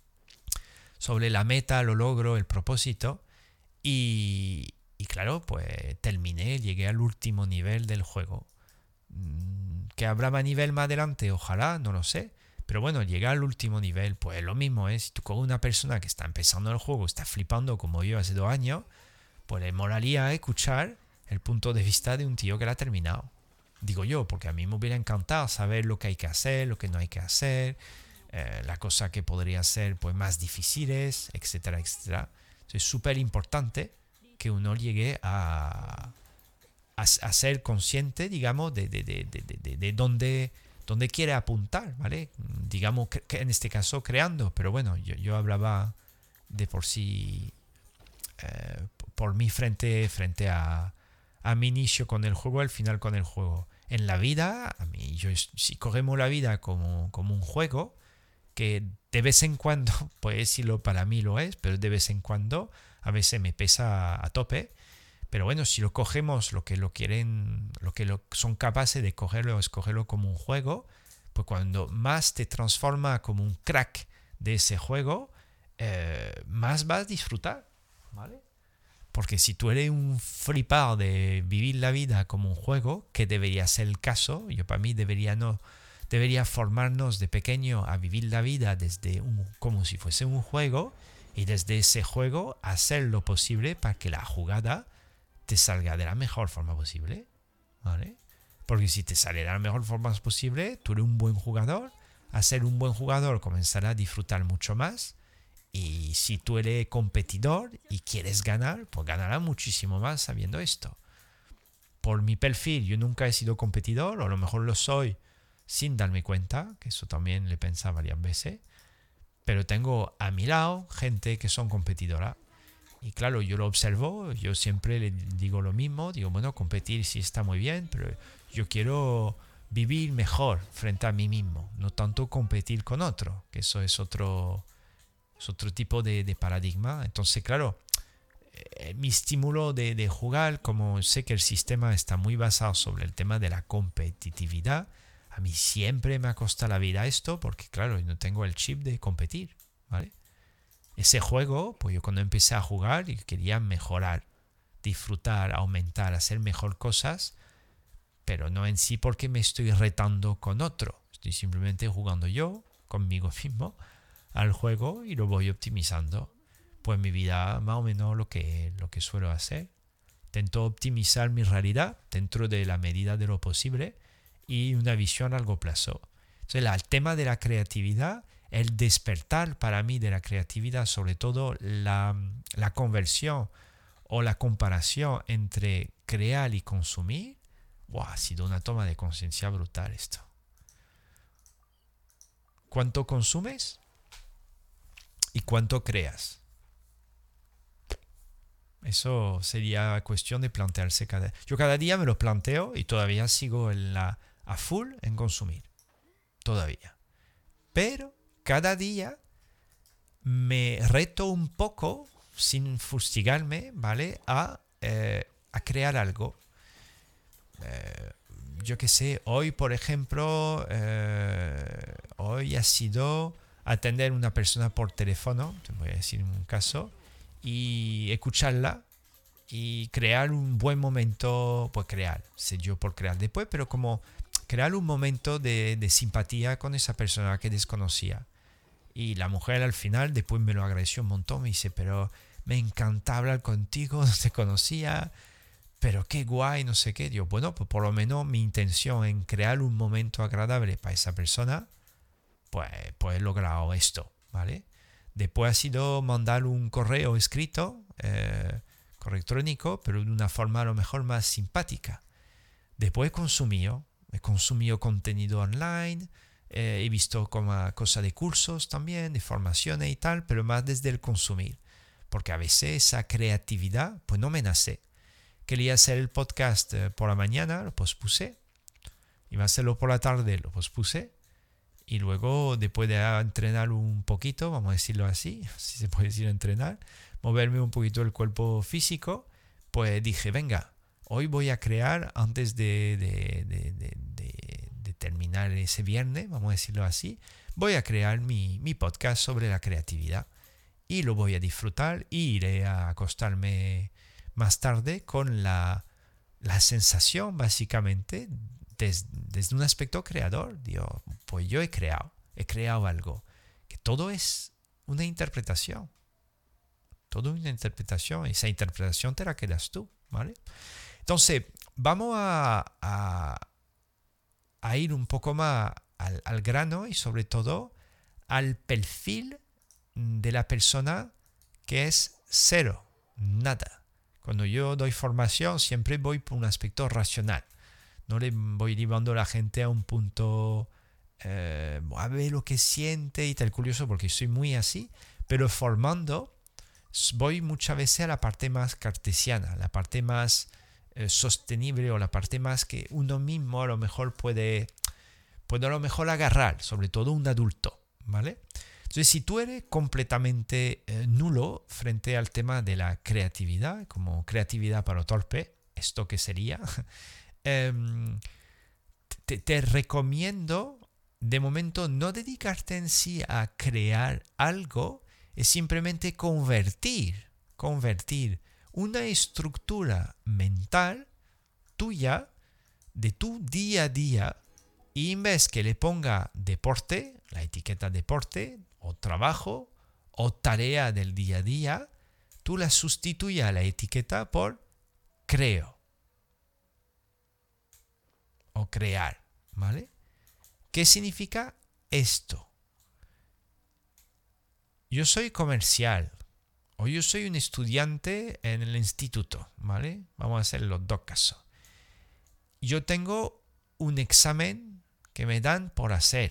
sobre la meta, lo logro, el propósito. Y, y claro, pues terminé, llegué al último nivel del juego. ¿Que habrá más nivel más adelante? Ojalá, no lo sé. Pero bueno, llegar al último nivel, pues lo mismo es. Si tú con una persona que está empezando el juego, está flipando como yo hace dos años, pues le molaría escuchar el punto de vista de un tío que lo ha terminado. Digo yo, porque a mí me hubiera encantado saber lo que hay que hacer, lo que no hay que hacer, eh, la cosa que podría ser pues más difíciles, etcétera, etcétera. Es súper importante que uno llegue a, a, a ser consciente, digamos, de, de, de, de, de, de dónde... donde quiere apuntar, ¿vale? Digamos que, que en este caso creando, pero bueno, yo, yo hablaba de por sí, eh, por mí frente, frente a, a mi inicio con el juego, al final con el juego. En la vida, a mí, yo, si cogemos la vida como, como un juego, que de vez en cuando, pues decirlo para mí lo es, pero de vez en cuando a veces me pesa a, a tope. Pero bueno, si lo cogemos, lo que lo quieren, lo que lo, son capaces de cogerlo, escogerlo como un juego, pues cuando más te transforma como un crack de ese juego, eh, más vas a disfrutar, ¿vale? Porque si tú eres un flipado de vivir la vida como un juego, que debería ser el caso, yo para mí debería no, debería formarnos de pequeño a vivir la vida desde un, como si fuese un juego y desde ese juego hacer lo posible para que la jugada te salga de la mejor forma posible, ¿vale? Porque si te sale de la mejor forma posible, tú eres un buen jugador. A ser un buen jugador comenzarás a disfrutar mucho más. Y si tú eres competidor y quieres ganar, pues ganarás muchísimo más sabiendo esto. Por mi perfil, yo nunca he sido competidor, o a lo mejor lo soy sin darme cuenta, que eso también le pensaba varias veces. Pero tengo a mi lado gente que son competidoras. Y claro, yo lo observo, yo siempre le digo lo mismo, digo, bueno, competir sí está muy bien, pero yo quiero vivir mejor frente a mí mismo, no tanto competir con otro, que eso es otro, es otro tipo de, de paradigma. Entonces, claro, eh, mi estímulo de, de jugar, como sé que el sistema está muy basado sobre el tema de la competitividad, a mí siempre me ha costado la vida esto, porque claro, yo no tengo el chip de competir, ¿vale? Ese juego, pues yo cuando empecé a jugar y quería mejorar, disfrutar, aumentar, hacer mejor cosas, pero no en sí porque me estoy retando con otro. Estoy simplemente jugando yo, conmigo mismo, al juego y lo voy optimizando. Pues mi vida más o menos lo que, lo que suelo hacer. Intento optimizar mi realidad dentro de la medida de lo posible y una visión a largo plazo. Entonces, el tema de la creatividad, el despertar para mí de la creatividad, sobre todo la, la conversión o la comparación entre crear y consumir, wow, ha sido una toma de conciencia brutal esto. ¿Cuánto consumes? ¿Y cuánto creas? Eso sería cuestión de plantearse cada día. Yo cada día me lo planteo y todavía sigo en la, a full en consumir. Todavía. Pero cada día me reto un poco, sin fustigarme, ¿vale? A, eh, a crear algo. Eh, yo qué sé, hoy por ejemplo, eh, hoy ha sido atender a una persona por teléfono, te voy a decir un caso, y escucharla y crear un buen momento, pues crear, sé yo por crear después, pero como crear un momento de, de simpatía con esa persona que desconocía. Y la mujer al final después me lo agradeció un montón, me dice, pero me encanta hablar contigo, no te conocía, pero qué guay, no sé qué. Digo, bueno, pues por lo menos mi intención en crear un momento agradable para esa persona, pues, pues he logrado esto, ¿vale? Después ha sido mandar un correo escrito, eh, correo electrónico, pero de una forma a lo mejor más simpática. Después he consumido, he consumido contenido online, eh, he visto como cosas de cursos también, de formaciones y tal, pero más desde el consumir. Porque a veces esa creatividad, pues no me nace. Quería hacer el podcast eh, por la mañana, lo pospuse. Iba a hacerlo por la tarde, lo pospuse. Y luego, después de entrenar un poquito, vamos a decirlo así, si se puede decir entrenar, moverme un poquito el cuerpo físico, pues dije, venga, hoy voy a crear, antes de, de, de, de, de, de terminar ese viernes, vamos a decirlo así, voy a crear mi, mi podcast sobre la creatividad. Y lo voy a disfrutar y iré a acostarme más tarde con la, la sensación, básicamente, Desde, desde un aspecto creador. Digo, pues yo he creado, he creado algo. Que todo es una interpretación. Todo una interpretación. Esa interpretación te la quedas tú, ¿vale? Entonces, vamos a, a, a ir un poco más al, al grano y sobre todo al perfil de la persona que es cero, nada. Cuando yo doy formación siempre voy por un aspecto racional. No le voy llevando a la gente a un punto eh, a ver lo que siente y tal, curioso porque soy muy así, pero formando voy muchas veces a la parte más cartesiana, la parte más eh, sostenible o la parte más que uno mismo a lo mejor puede, puede a lo mejor agarrar, sobre todo un adulto, ¿vale? Entonces, si tú eres completamente eh, nulo frente al tema de la creatividad, como creatividad para torpe, ¿esto qué sería? Te, te recomiendo de momento no dedicarte en sí a crear algo, es simplemente convertir, convertir una estructura mental tuya de tu día a día y en vez que le ponga deporte, la etiqueta deporte o trabajo o tarea del día a día, tú la sustituyas a la etiqueta por creo. O crear, ¿vale? ¿Qué significa esto? Yo soy comercial o yo soy un estudiante en el instituto, ¿vale? Vamos a hacer los dos casos. Yo tengo un examen que me dan por hacer.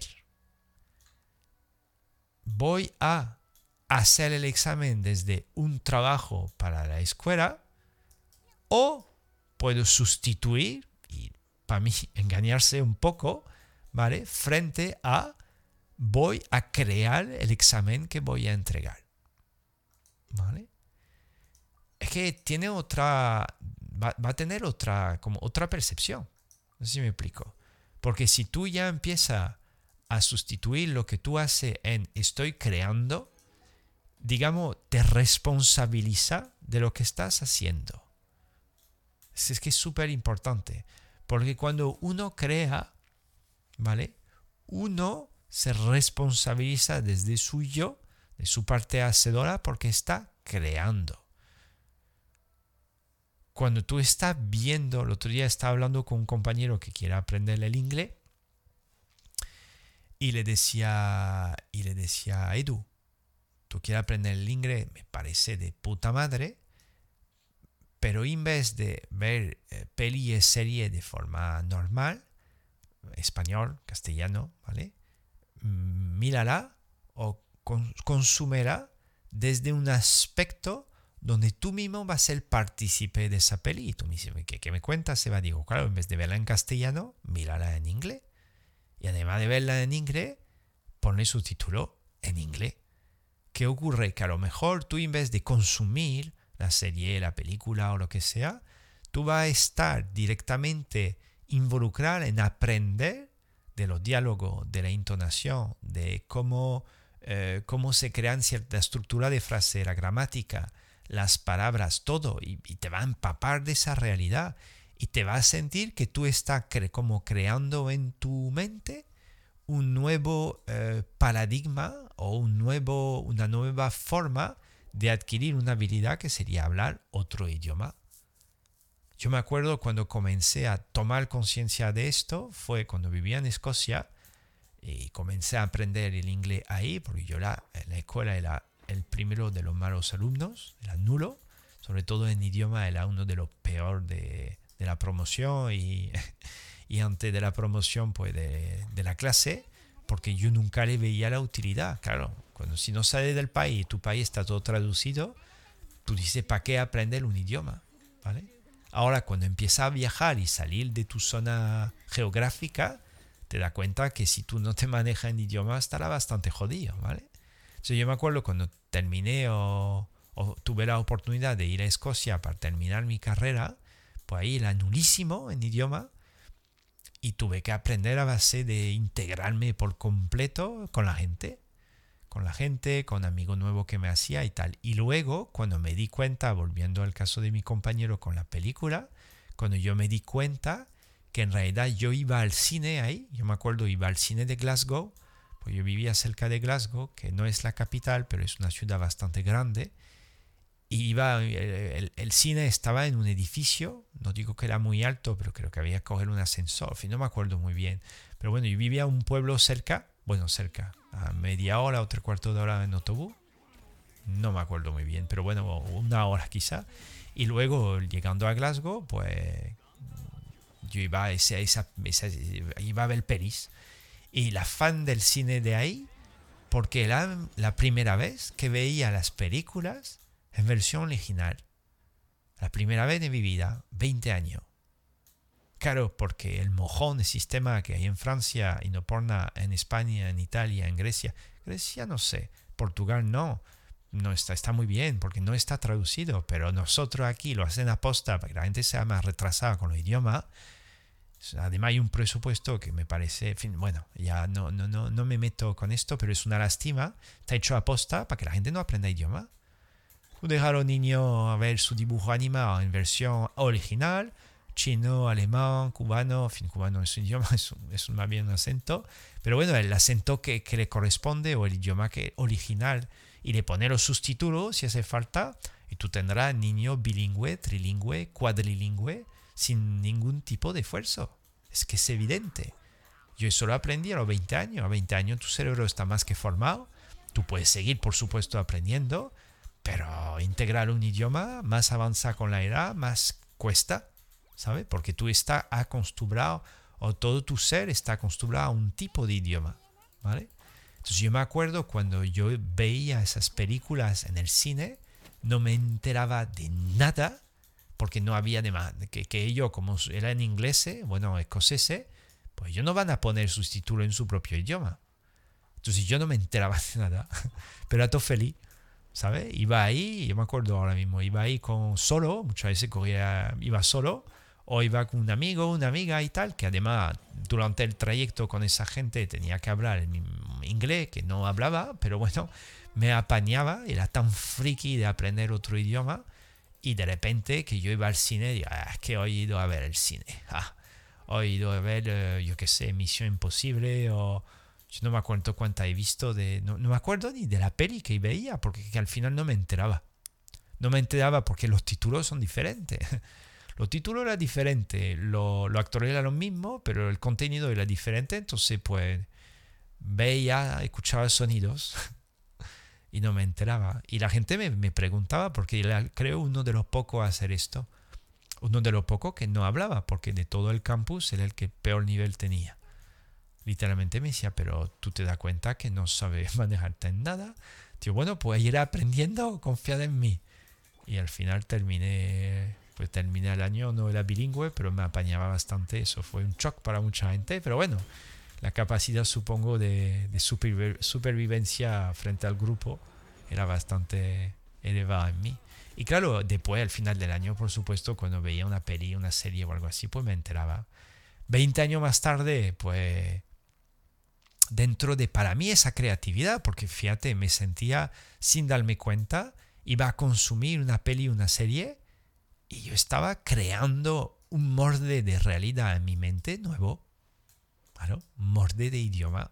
Voy a hacer el examen desde un trabajo para la escuela o puedo sustituir, para mí engañarse un poco, ¿vale? Frente a voy a crear el examen que voy a entregar, ¿vale? Es que tiene otra, va, va a tener otra, como otra percepción, no sé si me explico, porque si tú ya empiezas a sustituir lo que tú haces en estoy creando, digamos, te responsabiliza de lo que estás haciendo. Es que es súper importante. Porque cuando uno crea, ¿vale? Uno se responsabiliza desde su yo, de su parte hacedora, porque está creando. cuando tú estás viendo, el otro día estaba hablando con un compañero que quiere aprender el inglés y le decía, y le decía, Edu, tú quieres aprender el inglés, me parece de puta madre, pero en vez de ver eh, peli y serie de forma normal, español, castellano, ¿vale? Mírala o con, consúmela desde un aspecto donde tú mismo vas a ser partícipe de esa peli. Y tú me dices, ¿qué, qué me cuentas? Se va, digo, claro, en vez de verla en castellano, mírala en inglés. Y además de verla en inglés, ponle subtítulo en inglés. ¿Qué ocurre? Que a lo mejor tú en vez de consumir la serie, la película o lo que sea, tú vas a estar directamente involucrado en aprender de los diálogos, de la entonación, de cómo, eh, cómo se crean cierta estructura de frase, la gramática, las palabras, todo, y, y te va a empapar de esa realidad y te vas a sentir que tú estás cre- como creando en tu mente un nuevo eh, paradigma o un nuevo, una nueva forma de adquirir una habilidad que sería hablar otro idioma. Yo me acuerdo cuando comencé a tomar conciencia de esto, fue cuando vivía en Escocia y comencé a aprender el inglés ahí, porque yo la, en la escuela era el primero de los malos alumnos, era nulo, sobre todo en idioma era uno de los peores de, de la promoción y, y antes de la promoción pues de, de la clase, porque yo nunca le veía la utilidad. Claro, cuando si no sales del país y tu país está todo traducido, tú dices, ¿para qué aprender un idioma? ¿Vale? Ahora, cuando empiezas a viajar y salir de tu zona geográfica, te das cuenta que si tú no te manejas en idioma, estará bastante jodido, ¿vale? Entonces, yo me acuerdo cuando terminé o, o tuve la oportunidad de ir a Escocia para terminar mi carrera, pues ahí era nulísimo en idioma y tuve que aprender a base de integrarme por completo con la gente. Con la gente, con amigos nuevos que me hacía y tal. Y luego, cuando me di cuenta, volviendo al caso de mi compañero con la película, cuando yo me di cuenta que en realidad yo iba al cine ahí, yo me acuerdo, iba al cine de Glasgow, pues yo vivía cerca de Glasgow, que no es la capital, pero es una ciudad bastante grande, y iba, el, el, el cine estaba en un edificio, no digo que era muy alto, pero creo que había que coger un ascensor, en fin, no me acuerdo muy bien. Pero bueno, yo vivía en un pueblo cerca, bueno, cerca, a media hora o tres cuartos de hora en autobús, no me acuerdo muy bien, pero bueno, una hora quizá. Y luego, llegando a Glasgow, pues yo iba a, esa, esa, esa, iba a ver Peris. Y la fan del cine de ahí, porque era la primera vez que veía las películas en versión original. La primera vez de mi vida, veinte años. Claro, porque el mojón de sistema que hay en Francia y no por nada en España, en Italia, en Grecia. Grecia no sé, Portugal no. No está, está muy bien porque no está traducido, pero nosotros aquí lo hacen a posta para que la gente sea más retrasada con el idioma. Además hay un presupuesto que me parece, en fin, bueno, ya no, no, no, no me meto con esto, pero es una lástima. Está hecho a posta para que la gente no aprenda idioma. Tú dejas a los niños a ver su dibujo animado en versión original, chino, alemán, cubano, en fin, cubano es un idioma, es, un, es un, más bien un acento, pero bueno, el acento que, que le corresponde o el idioma que original y le pone los subtítulos si hace falta y tú tendrás niño bilingüe, trilingüe, cuadrilingüe sin ningún tipo de esfuerzo. Es que es evidente. Yo eso lo aprendí a los veinte años. A veinte años tu cerebro está más que formado. Tú puedes seguir, por supuesto, aprendiendo, pero integrar un idioma más avanza con la edad, más cuesta, ¿sabes? Porque tú estás acostumbrado, o todo tu ser está acostumbrado a un tipo de idioma, ¿vale? Entonces yo me acuerdo cuando yo veía esas películas en el cine, no me enteraba de nada, porque no había de más, que, que ellos, como era en inglés, bueno, escocés, pues ellos no van a poner sus títulos en su propio idioma. Entonces yo no me enteraba de nada, pero era todo feliz. ¿Sabes? Iba ahí, yo me acuerdo ahora mismo, iba ahí con solo, muchas veces corría, iba solo, o iba con un amigo, una amiga y tal, que además durante el trayecto con esa gente tenía que hablar en inglés, que no hablaba, pero bueno, me apañaba, era tan friki de aprender otro idioma, y de repente que yo iba al cine, y digo, ah, es que hoy he ido a ver el cine, ah, hoy he ido a ver, eh, yo qué sé, Misión Imposible, o... Yo no me acuerdo cuánta he visto de... No, no me acuerdo ni de la peli que veía, porque que al final no me enteraba. no me enteraba porque los títulos son diferentes. Los títulos eran diferentes, los lo actores eran los mismos, pero el contenido era diferente, entonces pues veía, escuchaba sonidos y no me enteraba. Y la gente me, me preguntaba, porque era, creo, uno de los pocos a hacer esto, uno de los pocos que no hablaba, porque de todo el campus era el que peor nivel tenía. Literalmente me decía, pero tú te das cuenta que no sabes manejarte en nada. Tío, bueno, pues ir aprendiendo, confiad en mí. Y al final terminé, pues terminé el año, no era bilingüe, pero me apañaba bastante. Eso fue un shock para mucha gente, pero bueno, la capacidad, supongo, de, de supervi- supervivencia frente al grupo era bastante elevada en mí. Y claro, después, al final del año, por supuesto, cuando veía una peli, una serie o algo así, pues me enteraba. Veinte años más tarde, pues dentro de, para mí, esa creatividad, porque fíjate, me sentía sin darme cuenta, iba a consumir una peli, una serie, y yo estaba creando un molde de realidad en mi mente nuevo, claro, un molde de idioma.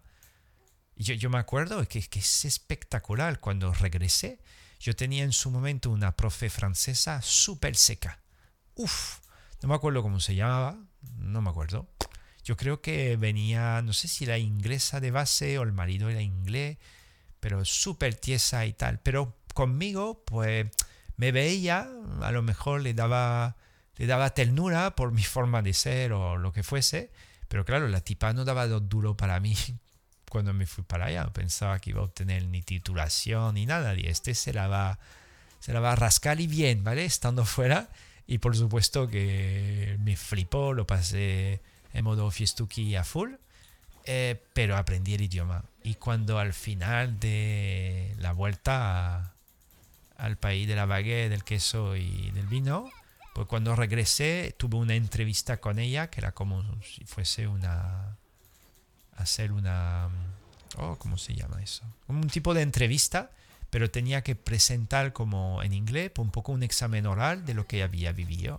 Y yo, yo me acuerdo que, que es espectacular. Cuando regresé, yo tenía en su momento una profe francesa súper seca. Uf, no me acuerdo cómo se llamaba, no me acuerdo. Yo creo que venía, no sé si era inglesa de base o el marido era inglés, pero súper tiesa y tal. Pero conmigo, pues me veía, a lo mejor le daba, le daba ternura por mi forma de ser o lo que fuese. Pero claro, la tipa no daba dos duros para mí cuando me fui para allá. Pensaba que iba a obtener ni titulación ni nada. Y este se la va, se la va a rascar y bien, ¿vale? Estando fuera. Y por supuesto que me flipó, lo pasé en modo fiestuki a full, eh, pero aprendí el idioma. Y cuando al final de la vuelta a, al país de la baguette, del queso y del vino, pues cuando regresé tuve una entrevista con ella, que era como si fuese una... hacer una... Oh, ¿cómo se llama eso? Como un tipo de entrevista, pero tenía que presentar como en inglés, un poco un examen oral de lo que había vivido.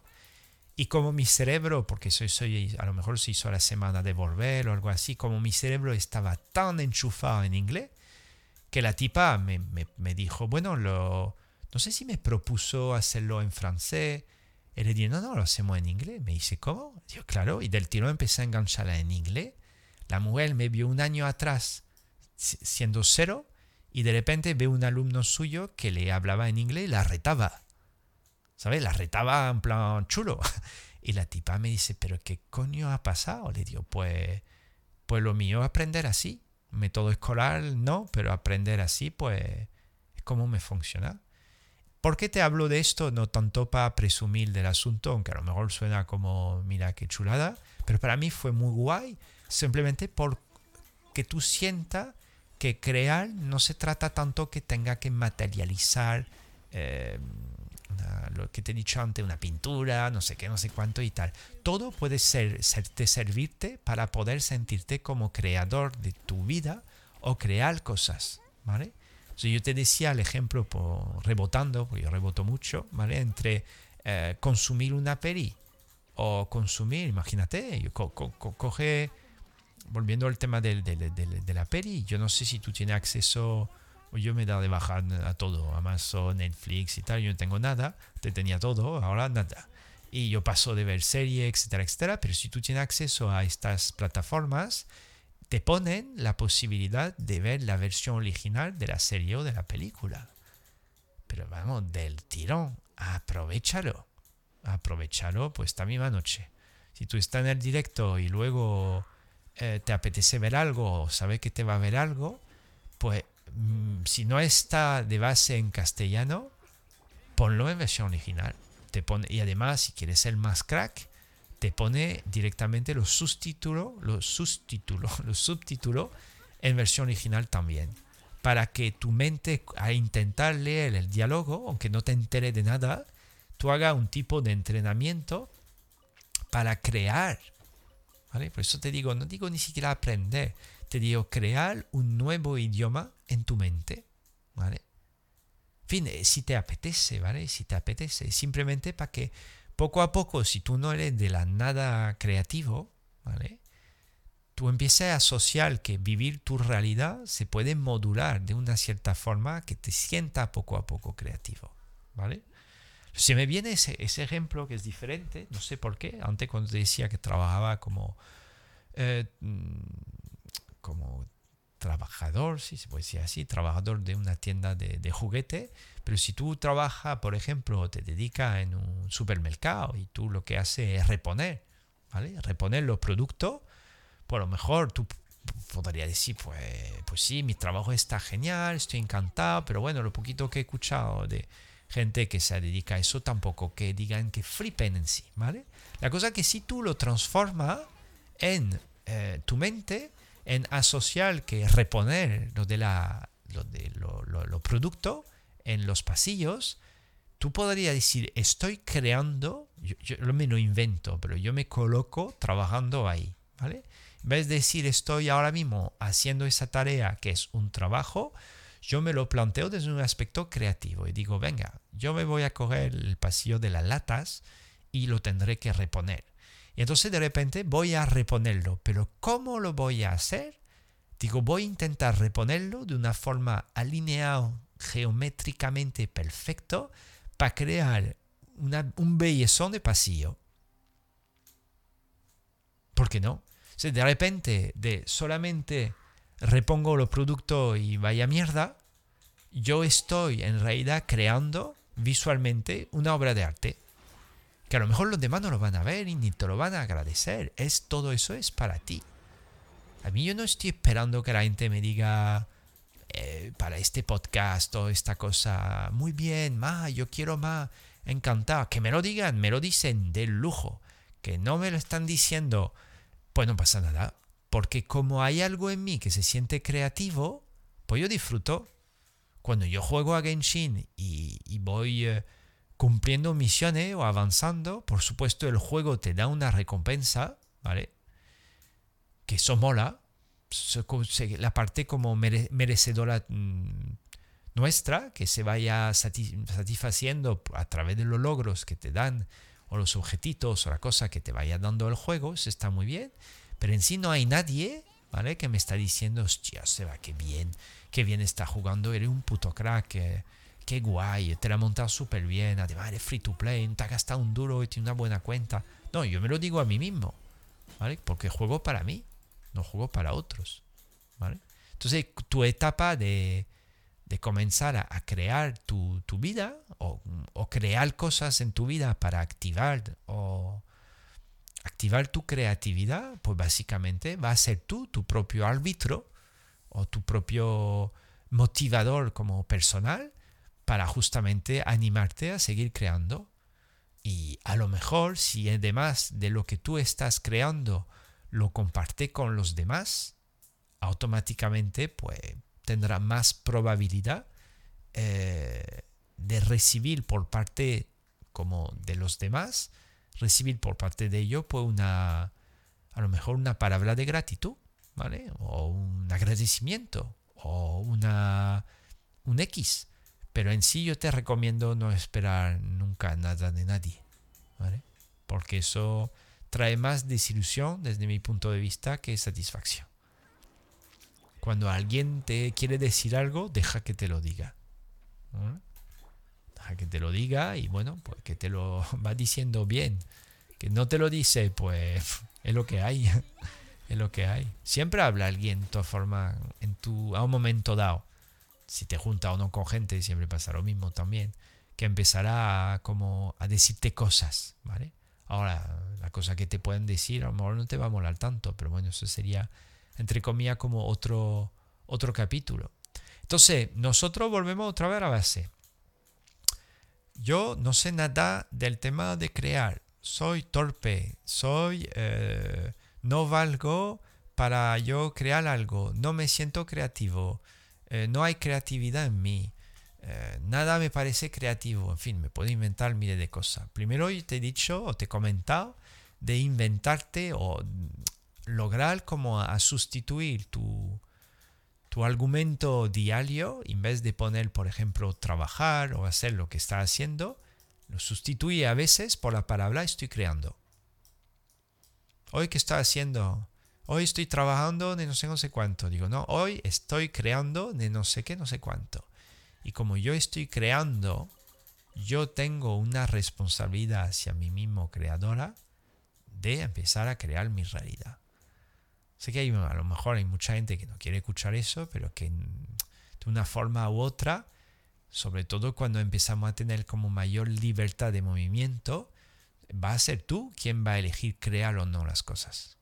Y como mi cerebro, porque soy, soy, a lo mejor se hizo a la semana de volver o algo así, como mi cerebro estaba tan enchufado en inglés, que la tipa me, me, me dijo, bueno, lo, no sé si me propuso hacerlo en francés. Y le dije, no, no, lo hacemos en inglés. Me dice, ¿cómo? Digo, claro, y del tirón empecé a engancharla en inglés. La mujer me vio un año atrás siendo cero y de repente veo un alumno suyo que le hablaba en inglés y la retaba. ¿Sabes? La retaba en plan chulo. Y la tipa me dice, ¿pero qué coño ha pasado? Le digo, pues, pues lo mío es aprender así. Método escolar no, pero aprender así, pues, es como me funciona. ¿Por qué te hablo de esto? No tanto para presumir del asunto, aunque a lo mejor suena como, mira qué chulada, pero para mí fue muy guay, simplemente porque tú sientas que crear no se trata tanto que tenga que materializar eh, una, lo que te he dicho antes, una pintura, no sé qué, no sé cuánto y tal. Todo puede ser, serte, servirte para poder sentirte como creador de tu vida o crear cosas, ¿vale? O sea, yo te decía el ejemplo, por, rebotando, porque yo reboto mucho, ¿vale? Entre eh, consumir una peli o consumir, imagínate, yo co co co coge, volviendo al tema del, del, del, de la peli, yo no sé si tú tienes acceso, o yo me he dado de bajar a todo, Amazon, Netflix y tal, yo no tengo nada, te tenía todo, ahora nada. Y yo paso de ver series, etcétera, etcétera, pero si tú tienes acceso a estas plataformas, te ponen la posibilidad de ver la versión original de la serie o de la película. Pero vamos, del tirón, aprovechalo. Aprovechalo pues esta misma noche. Si tú estás en el directo y luego eh, te apetece ver algo o sabes que te va a ver algo, pues mmm, si no está de base en castellano, ponlo en versión original. Te pone, y además, si quieres ser más crack, te pone directamente los subtítulos, los subtítulos, los subtítulos en versión original también. Para que tu mente, a intentar leer el diálogo, aunque no te entere de nada, tú hagas un tipo de entrenamiento para crear. ¿Vale? Por eso te digo, no digo ni siquiera aprender, te digo crear un nuevo idioma en tu mente. ¿Vale? En fin, si te apetece, ¿vale? Si te apetece, simplemente para que poco a poco, si tú no eres de la nada creativo, ¿vale? Tú empieces a asociar que vivir tu realidad se puede modular de una cierta forma que te sienta poco a poco creativo, ¿vale? Se me viene ese, ese ejemplo que es diferente, no sé por qué. Antes cuando te decía que trabajaba como, eh, como trabajador, si se puede decir así, trabajador de una tienda de, de juguete, pero si tú trabajas, por ejemplo, te dedicas en un supermercado y tú lo que haces es reponer, ¿vale? Reponer los productos, pues a lo mejor tú podrías decir, pues, pues sí, mi trabajo está genial, estoy encantado, pero bueno, lo poquito que he escuchado de gente que se dedica a eso, tampoco que digan que flipen en sí, ¿vale? La cosa es que si tú lo transformas en eh, tu mente, en asociar que reponer lo de la lo de lo, lo, lo productos en los pasillos, tú podrías decir, estoy creando, yo, yo me lo invento, pero yo me coloco trabajando ahí, ¿vale? En vez de decir estoy ahora mismo haciendo esa tarea que es un trabajo, yo me lo planteo desde un aspecto creativo y digo, venga, yo me voy a coger el pasillo de las latas y lo tendré que reponer. Y entonces de repente voy a reponerlo, pero ¿cómo lo voy a hacer? Digo, voy a intentar reponerlo de una forma alineada geométricamente perfecto para crear una, un bellezón de pasillo. ¿Por qué no? O sea, de repente, de solamente repongo los productos y vaya mierda, yo estoy en realidad creando visualmente una obra de arte. Que a lo mejor los demás no lo van a ver y ni te lo van a agradecer. Es, todo eso es para ti. A mí yo no estoy esperando que la gente me diga eh, para este podcast o esta cosa, muy bien, más, yo quiero más, encantado. Que me lo digan, me lo dicen de lujo. Que no me lo están diciendo, pues no pasa nada. Porque como hay algo en mí que se siente creativo, pues yo disfruto. Cuando yo juego a Genshin y, y voy eh, cumpliendo misiones o avanzando, por supuesto el juego te da una recompensa, ¿vale? Que eso mola. La parte como mere, merecedora mmm, nuestra, que se vaya satisfaciendo a través de los logros que te dan, o los objetitos, o la cosa que te vaya dando el juego, eso está muy bien. Pero en sí no hay nadie, ¿vale?, que me está diciendo, hostia, se va, qué bien, qué bien está jugando, eres un puto crack, qué, qué guay, te la has montado súper bien, además eres free to play, te has gastado un duro y tienes una buena cuenta. No, yo me lo digo a mí mismo, ¿vale? Porque juego para mí, no juego para otros, ¿vale? Entonces, tu etapa de, de comenzar a, a crear tu, tu vida o, o crear cosas en tu vida para activar o activar tu creatividad, pues básicamente va a ser tú, tu propio árbitro o tu propio motivador como personal para justamente animarte a seguir creando. Y a lo mejor, si además de lo que tú estás creando lo comparte con los demás, automáticamente pues tendrá más probabilidad eh, de recibir por parte como de los demás, recibir por parte de ellos pues una, a lo mejor una palabra de gratitud, ¿vale? O un agradecimiento o una un X. Pero en sí yo te recomiendo no esperar nunca nada de nadie, ¿vale? Porque eso trae más desilusión desde mi punto de vista que satisfacción. Cuando alguien te quiere decir algo, deja que te lo diga, ¿vale? Deja que te lo diga y bueno, pues que te lo va diciendo bien. Que no te lo dice, pues es lo que hay. Es lo que hay. Siempre habla alguien de todas formas en tu, a un momento dado. Si te juntas o no con gente, siempre pasa lo mismo también. Que empezará a, como a decirte cosas, ¿vale? Ahora, la cosa que te pueden decir a lo mejor no te va a molar tanto, pero bueno, eso sería, entre comillas, como otro, otro capítulo. Entonces, nosotros volvemos otra vez a la base. Yo no sé nada del tema de crear. Soy torpe, soy... Eh, no valgo para yo crear algo, no me siento creativo, eh, no hay creatividad en mí, eh, nada me parece creativo, en fin, me puedo inventar miles de cosas. Primero yo te he dicho o te he comentado de inventarte o lograr como a sustituir tu, tu argumento diario, en vez de poner, por ejemplo, trabajar o hacer lo que estás haciendo, lo sustituye a veces por la palabra estoy creando. Hoy, ¿qué estoy haciendo? Hoy estoy trabajando de no sé no sé cuánto. Digo, no, hoy estoy creando de no sé qué, no sé cuánto. Y como yo estoy creando, yo tengo una responsabilidad hacia mí mismo creadora de empezar a crear mi realidad. Sé que hay, a lo mejor hay mucha gente que no quiere escuchar eso, pero que de una forma u otra, sobre todo cuando empezamos a tener como mayor libertad de movimiento, va a ser tú quien va a elegir crear o no las cosas.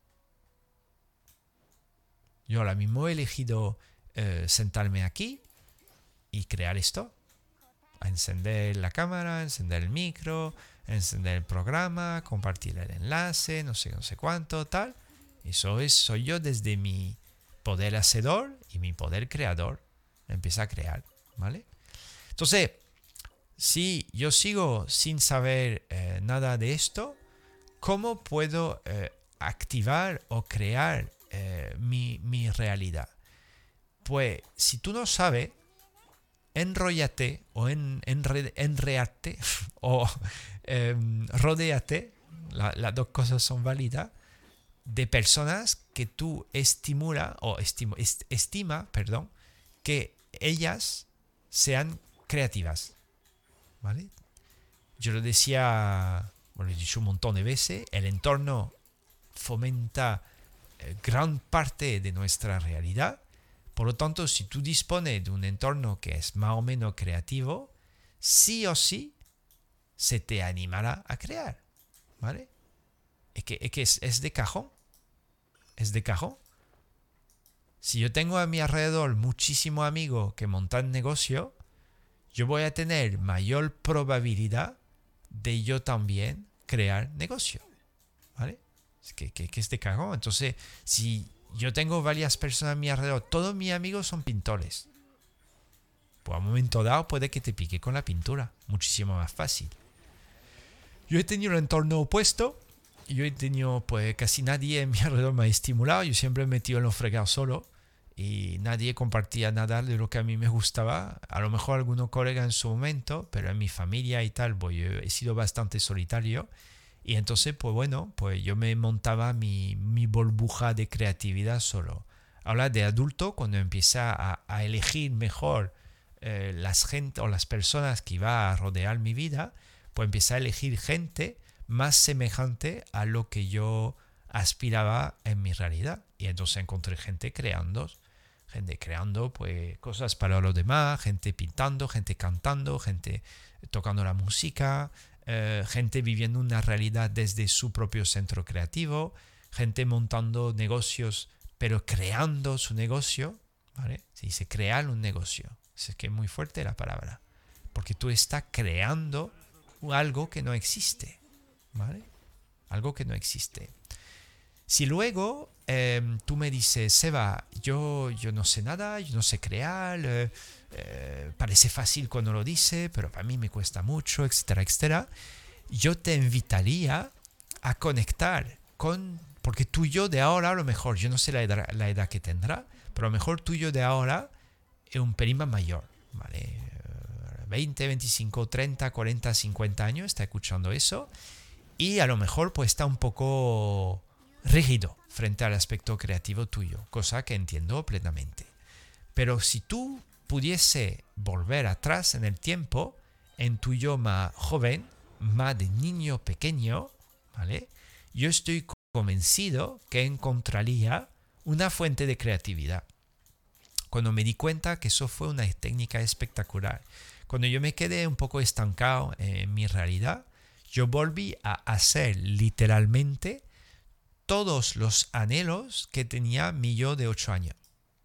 Yo ahora mismo he elegido eh, sentarme aquí y crear esto. A encender la cámara, encender el micro, encender el programa, compartir el enlace, no sé, no sé cuánto, tal. Eso es, soy yo desde mi poder hacedor y mi poder creador. Empieza a crear, ¿vale? Entonces, si yo sigo sin saber eh, nada de esto, ¿cómo puedo eh, activar o crear eh, mi, mi realidad? Pues, si tú no sabes, enróllate o en, enre, enreate o eh, rodéate, la, las dos cosas son válidas, de personas que tú estimula o estimo, est, estima, perdón, que ellas sean creativas, ¿vale? Yo lo decía, bueno, lo he dicho un montón de veces, el entorno fomenta eh, gran parte de nuestra realidad. Por lo tanto, si tú dispones de un entorno que es más o menos creativo, sí o sí se te animará a crear, ¿vale? Es que, es, que es, es de cajón, es de cajón. Si yo tengo a mi alrededor muchísimos amigos que montan negocio, yo voy a tener mayor probabilidad de yo también crear negocio, ¿vale? Es que, que, que es de cajón. Entonces, si yo tengo varias personas a mi alrededor, todos mis amigos son pintores, pues a un momento dado puede que te pique con la pintura, muchísimo más fácil. Yo he tenido el entorno opuesto, yo he tenido, pues casi nadie en mi alrededor me ha estimulado, yo siempre me he metido en los fregados solo y nadie compartía nada de lo que a mí me gustaba, a lo mejor algunos colegas en su momento, pero en mi familia y tal, pues yo he sido bastante solitario. Y entonces, pues bueno, pues yo me montaba mi, mi burbuja de creatividad solo. Ahora de adulto, cuando empecé a, a elegir mejor eh, las gente o las personas que iba a rodear mi vida, pues empecé a elegir gente más semejante a lo que yo aspiraba en mi realidad. Y entonces encontré gente creando, gente creando pues cosas para los demás, gente pintando, gente cantando, gente tocando la música, Uh, gente viviendo una realidad desde su propio centro creativo, gente montando negocios, pero creando su negocio, ¿vale? Se dice crear un negocio. Es que es muy fuerte la palabra, porque tú estás creando algo que no existe, ¿vale? Algo que no existe. Si luego eh, tú me dices, Seba, yo, yo no sé nada, yo no sé crear, eh, eh, parece fácil cuando lo dice, pero para mí me cuesta mucho, etcétera, etcétera, yo te invitaría a conectar con, porque tu yo de ahora, a lo mejor, yo no sé la edad, la edad que tendrá, pero a lo mejor tu yo de ahora es un pelín más mayor, ¿vale? veinte, veinticinco, treinta, cuarenta, cincuenta años, está escuchando eso, y a lo mejor pues está un poco rígido frente al aspecto creativo tuyo, cosa que entiendo plenamente. Pero si tú pudiese volver atrás en el tiempo, en tu yo más joven, más de niño pequeño, ¿vale? Yo estoy convencido que encontraría una fuente de creatividad. Cuando me di cuenta que eso fue una técnica espectacular, cuando yo me quedé un poco estancado en mi realidad, yo volví a hacer literalmente todos los anhelos que tenía mi yo de ocho años.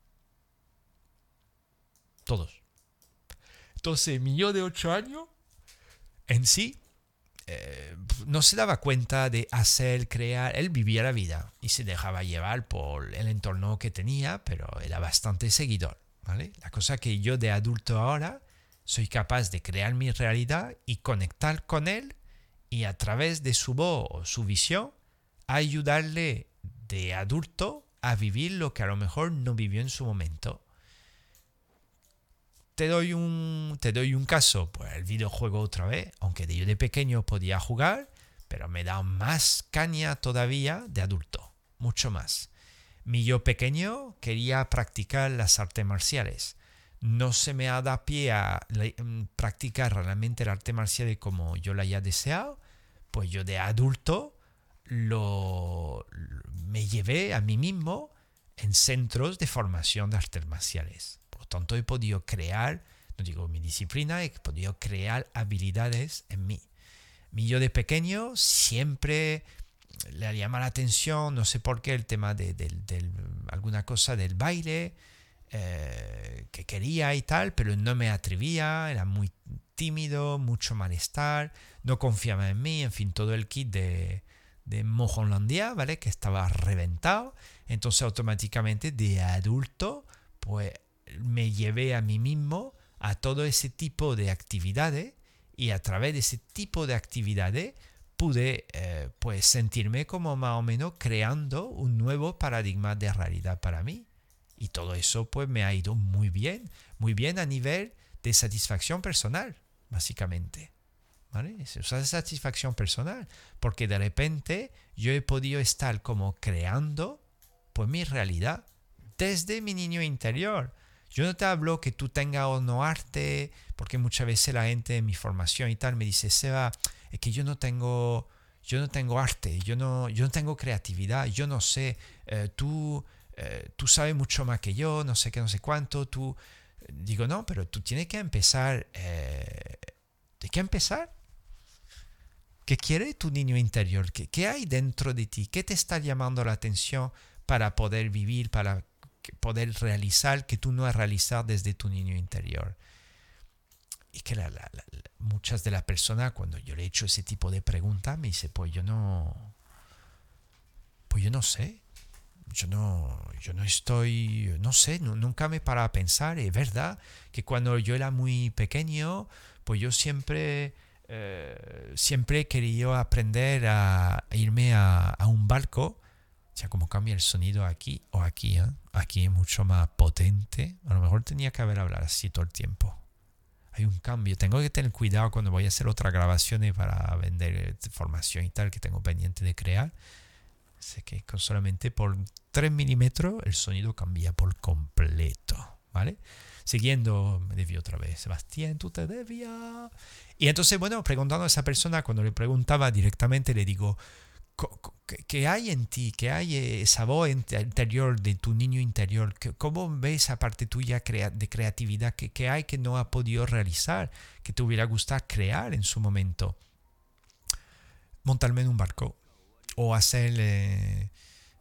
Todos. Entonces, mi yo de ocho años, en sí, eh, no se daba cuenta de hacer, crear. Él vivía la vida y se dejaba llevar por el entorno que tenía, pero era bastante seguidor, ¿vale? La cosa que yo de adulto ahora soy capaz de crear mi realidad y conectar con él y a través de su voz o su visión ayudarle de adulto a vivir lo que a lo mejor no vivió en su momento. Te doy un, te doy un caso, pues el videojuego otra vez, aunque yo de pequeño podía jugar, pero me da más caña todavía de adulto, mucho más. Mi yo pequeño quería practicar las artes marciales. no se me ha dado pie a practicar realmente el arte marcial como yo la haya deseado, pues yo de adulto lo, me llevé a mí mismo en centros de formación de artes marciales. Por lo tanto, he podido crear, no digo mi disciplina, he podido crear habilidades en mí. Mi yo de pequeño siempre le llama la atención, no sé por qué, el tema de, de, de, de alguna cosa del baile, eh, que quería y tal, pero no me atrevía, era muy tímido, mucho malestar, no confiaba en mí, en fin, todo el kit de, de Mojonlandia, ¿vale? Que estaba reventado. Entonces automáticamente de adulto, pues me llevé a mí mismo a todo ese tipo de actividades y a través de ese tipo de actividades pude eh, pues sentirme como más o menos creando un nuevo paradigma de realidad para mí. Y todo eso pues me ha ido muy bien, muy bien a nivel de satisfacción personal, básicamente. ¿Vale? Es una satisfacción personal, porque de repente yo he podido estar como creando pues mi realidad desde mi niño interior. Yo no te hablo que tú tengas o no arte, porque muchas veces la gente en mi formación y tal me dice, Seba, es que yo no tengo, yo no tengo arte, yo no, yo no tengo creatividad, yo no sé, eh, tú, eh, tú sabes mucho más que yo, no sé qué, no sé cuánto, tú... Digo, no, pero tú tienes que empezar, eh, tienes que empezar. ¿Qué quiere tu niño interior? ¿Qué, ¿Qué hay dentro de ti? ¿Qué te está llamando la atención para poder vivir, para poder realizar que tú no has realizado desde tu niño interior? Y que la, la, la, muchas de las personas, cuando yo le he hecho ese tipo de preguntas, me dicen, pues yo no, pues yo no sé, yo no, yo no estoy, no sé, no, nunca me para a pensar. Es verdad que cuando yo era muy pequeño, pues yo siempre... Uh, siempre he querido aprender a, a irme a, a un barco. O sea, como cambia el sonido aquí o aquí, ¿eh? Aquí es mucho más potente. A lo mejor tenía que haber hablado así todo el tiempo. Hay un cambio. Tengo que tener cuidado cuando voy a hacer otras grabaciones para vender formación y tal, que tengo pendiente de crear. Sé que con solamente por tres milímetros el sonido cambia por completo, ¿vale? Siguiendo, me desvío otra vez. Sebastián, tú te desvías. Y entonces, bueno, preguntando a esa persona, cuando le preguntaba directamente, le digo, ¿qué hay en ti? ¿Qué hay esa voz interior de tu niño interior? ¿Cómo ves esa parte tuya de creatividad? ¿Qué, qué hay que no ha podido realizar? ¿Que te hubiera gustado crear en su momento? Montarme en un barco o hacer, eh,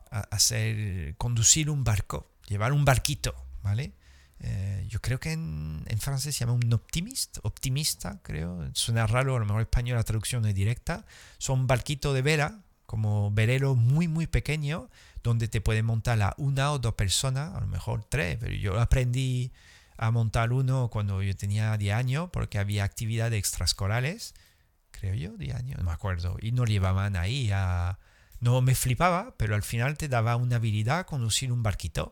hacer conducir un barco, llevar un barquito, ¿vale? Eh, yo creo que en, en francés se llama un optimist, optimista, creo. Suena raro, a lo mejor en español la traducción no es directa. Son barquitos de vela, como velero muy, muy pequeño, donde te pueden montar a una o dos personas, a lo mejor tres. Pero yo aprendí a montar uno cuando yo tenía diez años, porque había actividades extraescolares, creo yo, diez años, no me acuerdo. Y nos llevaban ahí a... No me flipaba, pero al final te daba una habilidad a conducir un barquito.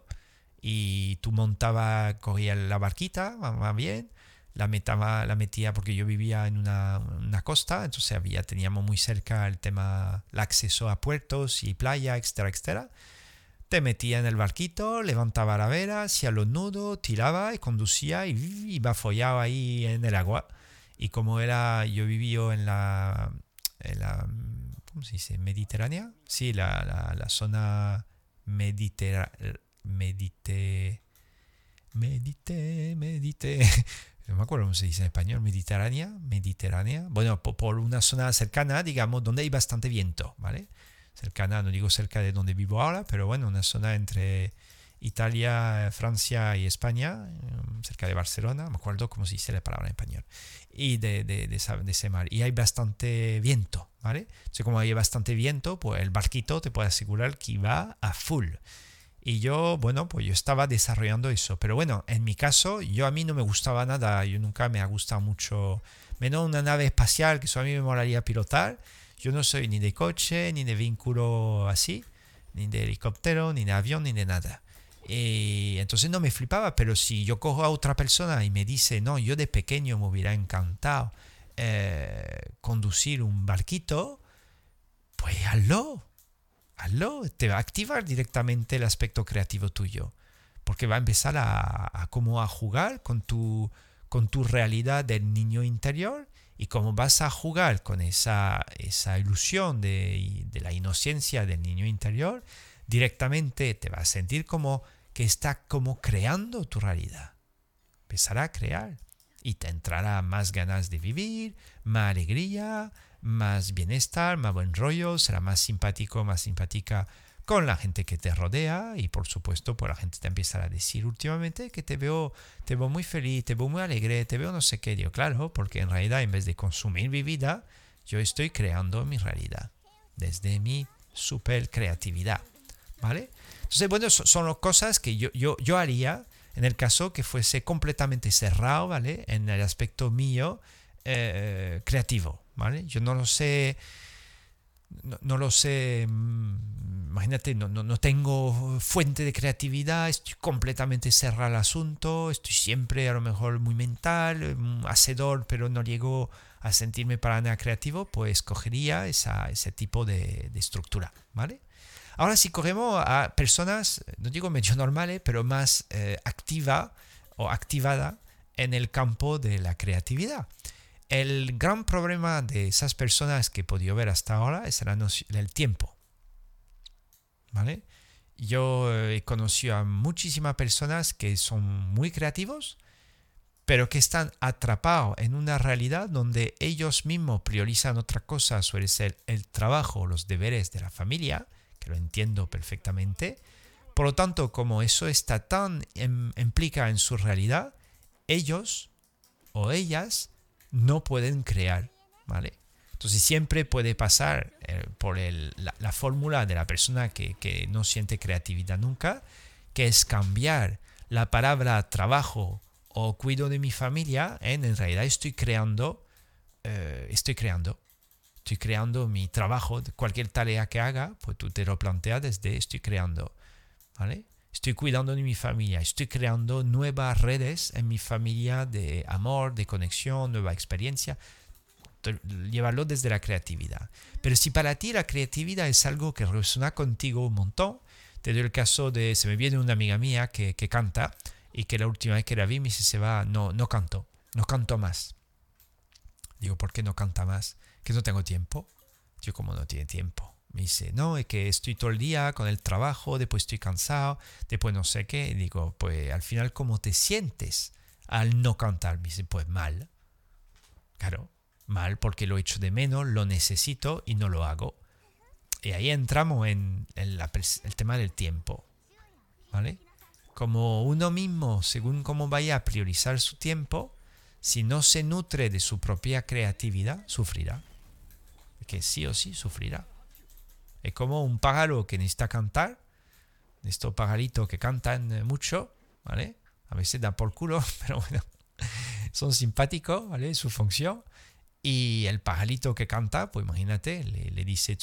Y tú montabas, cogías la barquita, más bien, la, metaba, la metía, porque yo vivía en una, una costa, entonces había, teníamos muy cerca el tema, el acceso a puertos y playa, etcétera, etcétera. Te metía en el barquito, levantaba la vela, hacía los nudos, tiraba y conducía y iba follado ahí en el agua. Y como era, yo vivía en la, en la ¿cómo se dice? ¿Mediterránea? Sí, la, la, la zona mediterránea. Medite, medite, medite, no me acuerdo cómo se dice en español, mediterránea, mediterránea, bueno, por, por una zona cercana, digamos, donde hay bastante viento, ¿vale? Cercana, no digo cerca de donde vivo ahora, pero bueno, una zona entre Italia, Francia y España, cerca de Barcelona, no me acuerdo cómo se dice la palabra en español, y de, de, de, esa, de ese mar, y hay bastante viento, ¿vale? Entonces, como hay bastante viento, pues el barquito te puede asegurar que va a full. Y yo, bueno, pues yo estaba desarrollando eso. Pero bueno, en mi caso, yo a mí no me gustaba nada. Yo nunca me ha gustado mucho, menos una nave espacial, que eso a mí me molaría pilotar. Yo no soy ni de coche, ni de vehículo así, ni de helicóptero, ni de avión, ni de nada. Y entonces no me flipaba, pero si yo cojo a otra persona y me dice, no, yo de pequeño me hubiera encantado eh, conducir un barquito, pues hazlo. Hazlo, te va a activar directamente el aspecto creativo tuyo. porque va a empezar a, a, como a jugar con tu, con tu realidad del niño interior, y como vas a jugar con esa, esa ilusión de, de la inocencia del niño interior, directamente te vas a sentir como que está como creando tu realidad. Empezará a crear y te entrará más ganas de vivir, más alegría, más bienestar, más buen rollo, será más simpático, más simpática con la gente que te rodea, y por supuesto pues la gente te empezará a decir últimamente que te veo, te veo muy feliz, te veo muy alegre, te veo no sé qué. Digo, claro, porque en realidad en vez de consumir mi vida, yo estoy creando mi realidad desde mi super creatividad, ¿vale? Entonces, bueno, son las cosas que yo, yo, yo haría en el caso que fuese completamente cerrado, ¿vale? En el aspecto mío eh, creativo, ¿vale? Yo no lo sé, no, no lo sé, imagínate, no, no, no tengo fuente de creatividad, estoy completamente cerrado al asunto, estoy siempre a lo mejor muy mental, hacedor, pero no llego a sentirme para nada creativo, pues cogería esa, ese tipo de, de estructura, ¿vale? Ahora si cogemos a personas, no digo medio normales, pero más eh, activa o activada en el campo de la creatividad. El gran problema de esas personas que he podido ver hasta ahora es la noción del tiempo, ¿vale? Yo he conocido a muchísimas personas que son muy creativos, pero que están atrapados en una realidad donde ellos mismos priorizan otra cosa, suele ser el trabajo, los deberes de la familia, que lo entiendo perfectamente. Por lo tanto, como eso está tan en, implica en su realidad, ellos o ellas no pueden crear, ¿vale? Entonces siempre puede pasar eh, por el, la, la fórmula de la persona que, que no siente creatividad nunca, que es cambiar la palabra trabajo o cuido de mi familia en en realidad estoy creando, eh, estoy creando. Estoy creando mi trabajo, cualquier tarea que haga, pues tú te lo planteas desde estoy creando, ¿vale? Estoy cuidando de mi familia, estoy creando nuevas redes en mi familia de amor, de conexión, nueva experiencia. Llevarlo desde la creatividad. Pero si para ti la creatividad es algo que resuena contigo un montón, te doy el caso de, se me viene una amiga mía que, que canta, y que la última vez que la vi me dice, se va, no, no canto, no canto más. Digo, ¿por qué no canta más? Que no tengo tiempo. Yo, como no tiene tiempo. Me dice, no, es que estoy todo el día con el trabajo, después estoy cansado, después no sé qué. Y digo, pues al final, ¿cómo te sientes al no cantar? Me dice, pues mal. Claro, mal porque lo echo de menos, lo necesito y no lo hago. Y ahí entramos en, en la, el tema del tiempo, ¿vale? Como uno mismo, según cómo vaya a priorizar su tiempo, si no se nutre de su propia creatividad, sufrirá. Que sí o sí sufrirá. Es como un pájaro que necesita cantar, de estos pajaritos que cantan mucho, ¿vale? A veces da por culo, pero bueno, son simpáticos, ¿vale? Su función. Y el pajarito que canta, pues imagínate, le, le dice,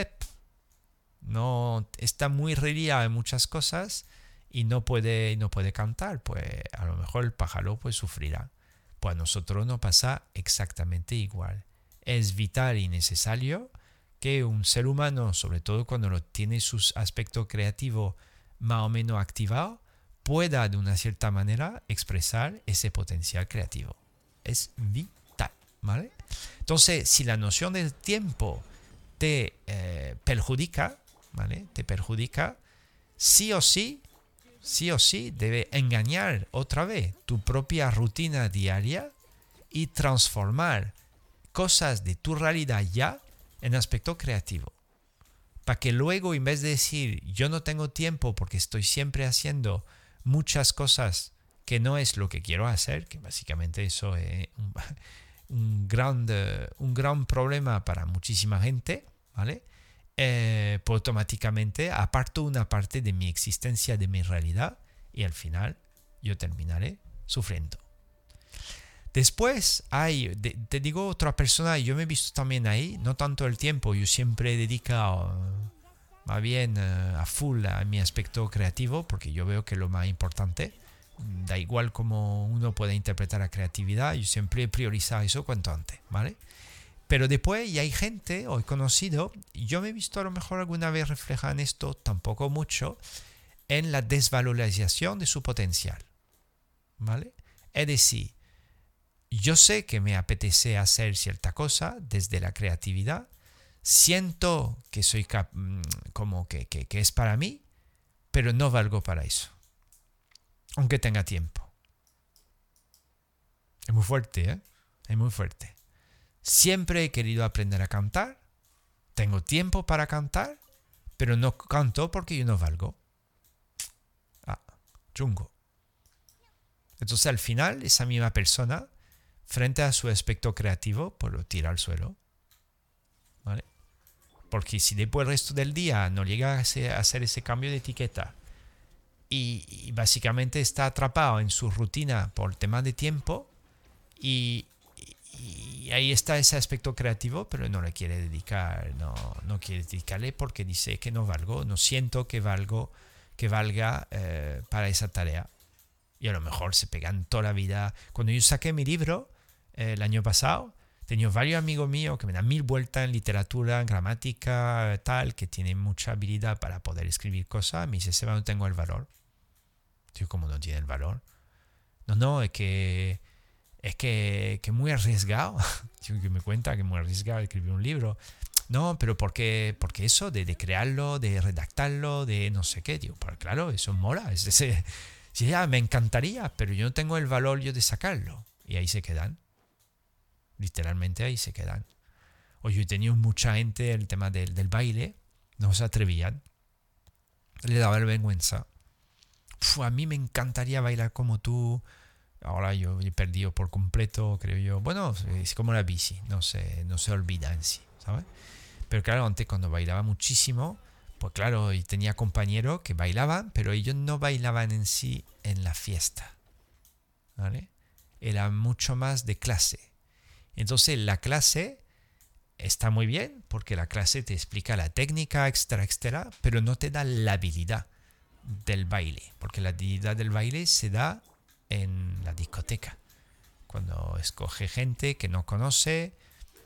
no, está muy relia en muchas cosas y no puede, no puede cantar, pues a lo mejor el pájaro pues sufrirá. Pues a nosotros nos pasa exactamente igual. Es vital y necesario que un ser humano, sobre todo cuando lo tiene sus aspectos creativos más o menos activados, pueda de una cierta manera expresar ese potencial creativo. Es vital, ¿vale? Entonces, si la noción del tiempo te eh, perjudica, ¿vale? Te perjudica, sí o sí, sí o sí, debe engañar otra vez tu propia rutina diaria y transformar cosas de tu realidad ya en aspecto creativo. Para que luego, en vez de decir yo no tengo tiempo porque estoy siempre haciendo muchas cosas que no es lo que quiero hacer, que básicamente eso es un, un, gran, un gran problema para muchísima gente, ¿vale? Eh, pues automáticamente aparto una parte de mi existencia, de mi realidad, y al final yo terminaré sufriendo. Después hay, de, te digo otra persona, yo me he visto también ahí, no tanto el tiempo, yo siempre he dedicado uh, más bien uh, a full a mi aspecto creativo, porque yo veo que es lo más importante, da igual cómo uno puede interpretar la creatividad, yo siempre he priorizado eso cuanto antes, ¿vale? Pero después ya hay gente, o he conocido, yo me he visto a lo mejor alguna vez reflejada en esto, tampoco mucho, en la desvalorización de su potencial. ¿Vale? Es decir, yo sé que me apetece hacer cierta cosa desde la creatividad, siento que soy cap- como que, que, que es para mí, pero no valgo para eso, aunque tenga tiempo. Es muy fuerte, ¿eh? Es muy fuerte. Siempre he querido aprender a cantar, tengo tiempo para cantar, pero no canto porque yo no valgo. Ah, chungo. Entonces al final esa misma persona, frente a su aspecto creativo, pues lo tira al suelo. ¿Vale? Porque si después el resto del día no llega a hacer ese cambio de etiqueta y, y básicamente está atrapado en su rutina por tema de tiempo y, y, y ahí está ese aspecto creativo, pero no le quiere dedicar, no, no quiere dedicarle porque dice que no valgo, no siento que valgo, que valga eh, para esa tarea. Y a lo mejor se pegan toda la vida. Cuando yo saqué mi libro eh, el año pasado, tenía varios amigos míos que me dan mil vueltas en literatura, en gramática, tal, que tienen mucha habilidad para poder escribir cosas. Me dice, Seba, no tengo el valor. Digo, ¿cómo no tiene el valor? No, no, es que es que, que muy arriesgado. Digo, que me cuenta que muy arriesgado escribir un libro. No, pero ¿por qué? Porque eso de, de crearlo, de redactarlo, de no sé qué. Digo, pues claro, eso mola. Es ese... Sí, ya, me encantaría, pero yo no tengo el valor yo de sacarlo. Y ahí se quedan. Literalmente ahí se quedan. O yo he tenido mucha gente el tema del, del baile, no se atrevían. Le daba vergüenza. Uf, a mí me encantaría bailar como tú. Ahora yo he perdido por completo, creo yo. Bueno, es como la bici, no se, no se olvida en sí, ¿sabes? Pero claro, antes cuando bailaba muchísimo, pues claro, y tenía compañeros que bailaban, pero ellos no bailaban en sí en la fiesta, ¿vale? Era mucho más de clase. Entonces la clase está muy bien, porque la clase te explica la técnica, etcétera, etcétera, pero no te da la habilidad del baile, porque la habilidad del baile se da en la discoteca, cuando escoge gente que no conoce,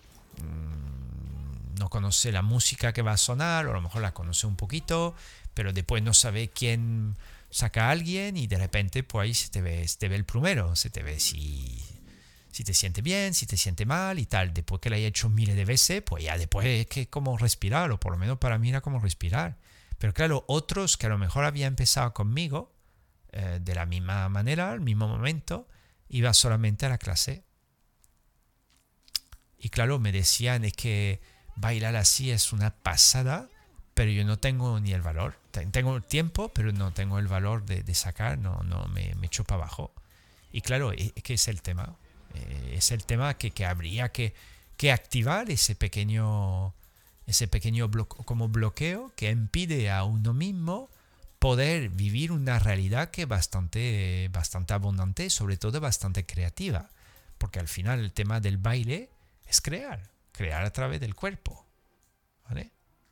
no conoce la música que va a sonar, o a lo mejor la conoce un poquito, pero después no sabe quién saca a alguien y de repente pues ahí se te ve, se te ve el primero, se te ve si, si te siente bien, si te siente mal y tal. Después que lo haya hecho miles de veces, pues ya después es que como respirar, o por lo menos para mí era como respirar. Pero claro, otros que a lo mejor habían empezado conmigo eh, de la misma manera, al mismo momento, iba solamente a la clase. Y claro, me decían es que bailar así es una pasada, pero yo no tengo ni el valor. Tengo el tiempo, pero no tengo el valor de, de sacar, no, no me, me echo para abajo. Y claro, es que es el tema. Eh, es el tema que, que habría que, que activar ese pequeño, ese pequeño blo- como bloqueo que impide a uno mismo poder vivir una realidad que es bastante, bastante abundante, sobre todo bastante creativa. Porque al final el tema del baile es crear, crear a través del cuerpo, ¿vale?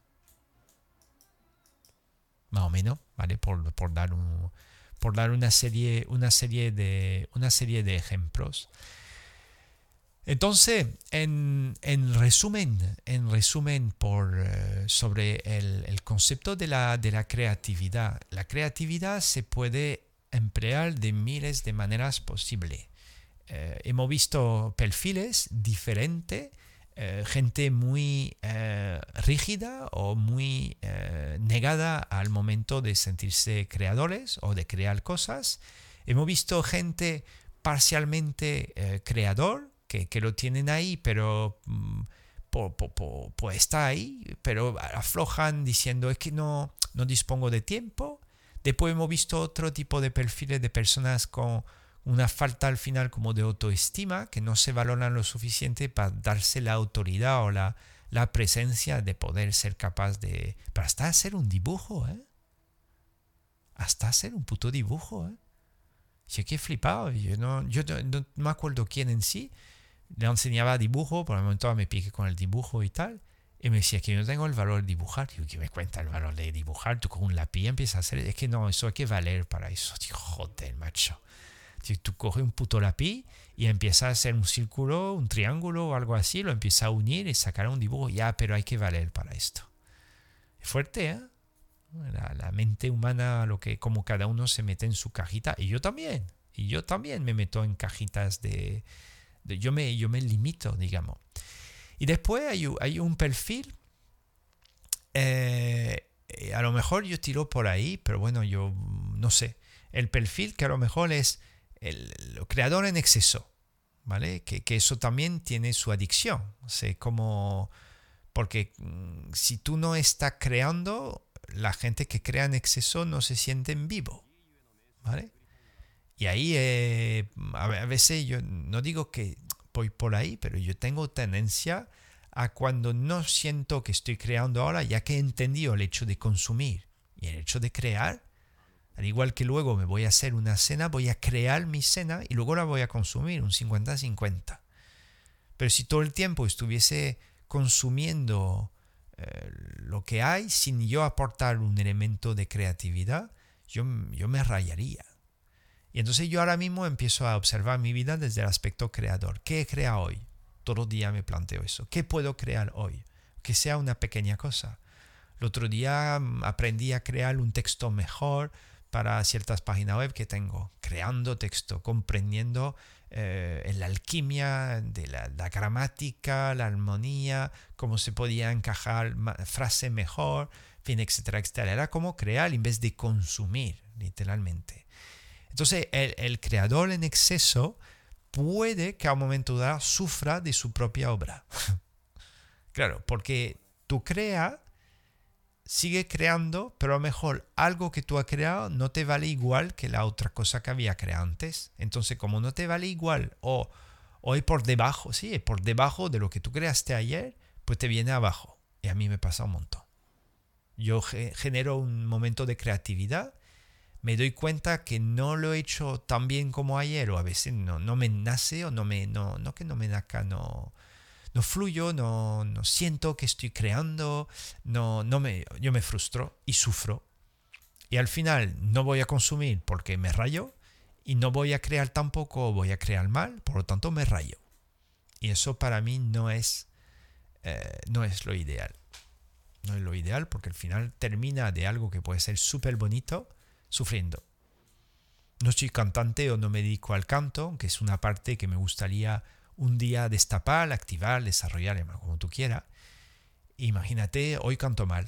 Más o menos, ¿vale? Por, por dar un, por dar una serie, una serie de, una serie de ejemplos. Entonces, en, en resumen, en resumen por, eh, sobre el, el concepto de la, de la creatividad. La creatividad se puede emplear de miles de maneras posibles. Eh, hemos visto perfiles diferentes, eh, gente muy eh, rígida o muy eh, negada al momento de sentirse creadores o de crear cosas. Hemos visto gente parcialmente eh, creador, que, que lo tienen ahí, pero mm, po, po, po, pues está ahí, pero aflojan diciendo es que no, no dispongo de tiempo. Después hemos visto otro tipo de perfiles de personas con una falta al final como de autoestima, que no se valoran lo suficiente para darse la autoridad o la, la presencia de poder ser capaz de... Pero hasta hacer un dibujo, ¿eh? Hasta hacer un puto dibujo, ¿eh? Yo que he flipado, yo no, yo no, no me acuerdo quién en sí, le enseñaba dibujo, por el momento me piqué con el dibujo y tal, y me decía que yo no tengo el valor de dibujar. Digo, ¿qué me cuenta el valor de dibujar? Tú con un lápiz empiezas a hacer... Es que no, eso hay que valer para eso. Digo, joder, macho. Si tú coges un puto lápiz y empiezas a hacer un círculo, un triángulo o algo así, lo empiezas a unir y sacar un dibujo, ya, pero hay que valer para esto. Es fuerte, ¿eh? La, la mente humana, lo que, como cada uno se mete en su cajita. Y yo también. Y yo también me meto en cajitas de... de yo, me, yo me limito, digamos. Y después hay, hay un perfil. Eh, a lo mejor yo tiro por ahí, pero bueno, yo no sé. El perfil que a lo mejor es el, el creador en exceso. ¿Vale? Que, que eso también tiene su adicción. O sea, como... Porque mm, si tú no estás creando, la gente que crea en exceso no se siente en vivo, ¿vale? Y ahí eh, a veces yo no digo que voy por ahí, pero yo tengo tendencia a cuando no siento que estoy creando ahora, ya que he entendido el hecho de consumir y el hecho de crear, al igual que luego me voy a hacer una cena, voy a crear mi cena y luego la voy a consumir, un cincuenta cincuenta. Pero si todo el tiempo estuviese consumiendo eh, lo que hay sin yo aportar un elemento de creatividad, yo, yo me rayaría. Y entonces yo ahora mismo empiezo a observar mi vida desde el aspecto creador. ¿Qué he creado hoy? Todos los días me planteo eso. ¿Qué puedo crear hoy? Que sea una pequeña cosa. El otro día aprendí a crear un texto mejor para ciertas páginas web que tengo, creando texto, comprendiendo eh, la alquimia de la, la gramática, la armonía, cómo se podía encajar frase mejor, fin, etcétera, etcétera. Era como crear en vez de consumir, literalmente. Entonces, el, el creador en exceso puede que a un momento dado sufra de su propia obra. Claro, porque tú creas, sigue creando, pero a lo mejor algo que tú has creado no te vale igual que la otra cosa que había creado antes. Entonces, como no te vale igual o, o es por debajo, sí, es por debajo de lo que tú creaste ayer, pues te viene abajo. Y a mí me pasa un montón. Yo ge- genero un momento de creatividad, me doy cuenta que no lo he hecho tan bien como ayer, o a veces no, no me nace, o no me, no, no que no me nazca, no... No fluyo, no, no siento que estoy creando, no, no me, yo me frustro y sufro. Y al final no voy a consumir porque me rayo y no voy a crear tampoco, voy a crear mal, por lo tanto me rayo. Y eso para mí no es, eh, no es lo ideal. No es lo ideal porque al final termina de algo que puede ser súper bonito sufriendo. No soy cantante o no me dedico al canto, que es una parte que me gustaría un día destapar, activar, desarrollar, como tú quieras. Imagínate, hoy canto mal.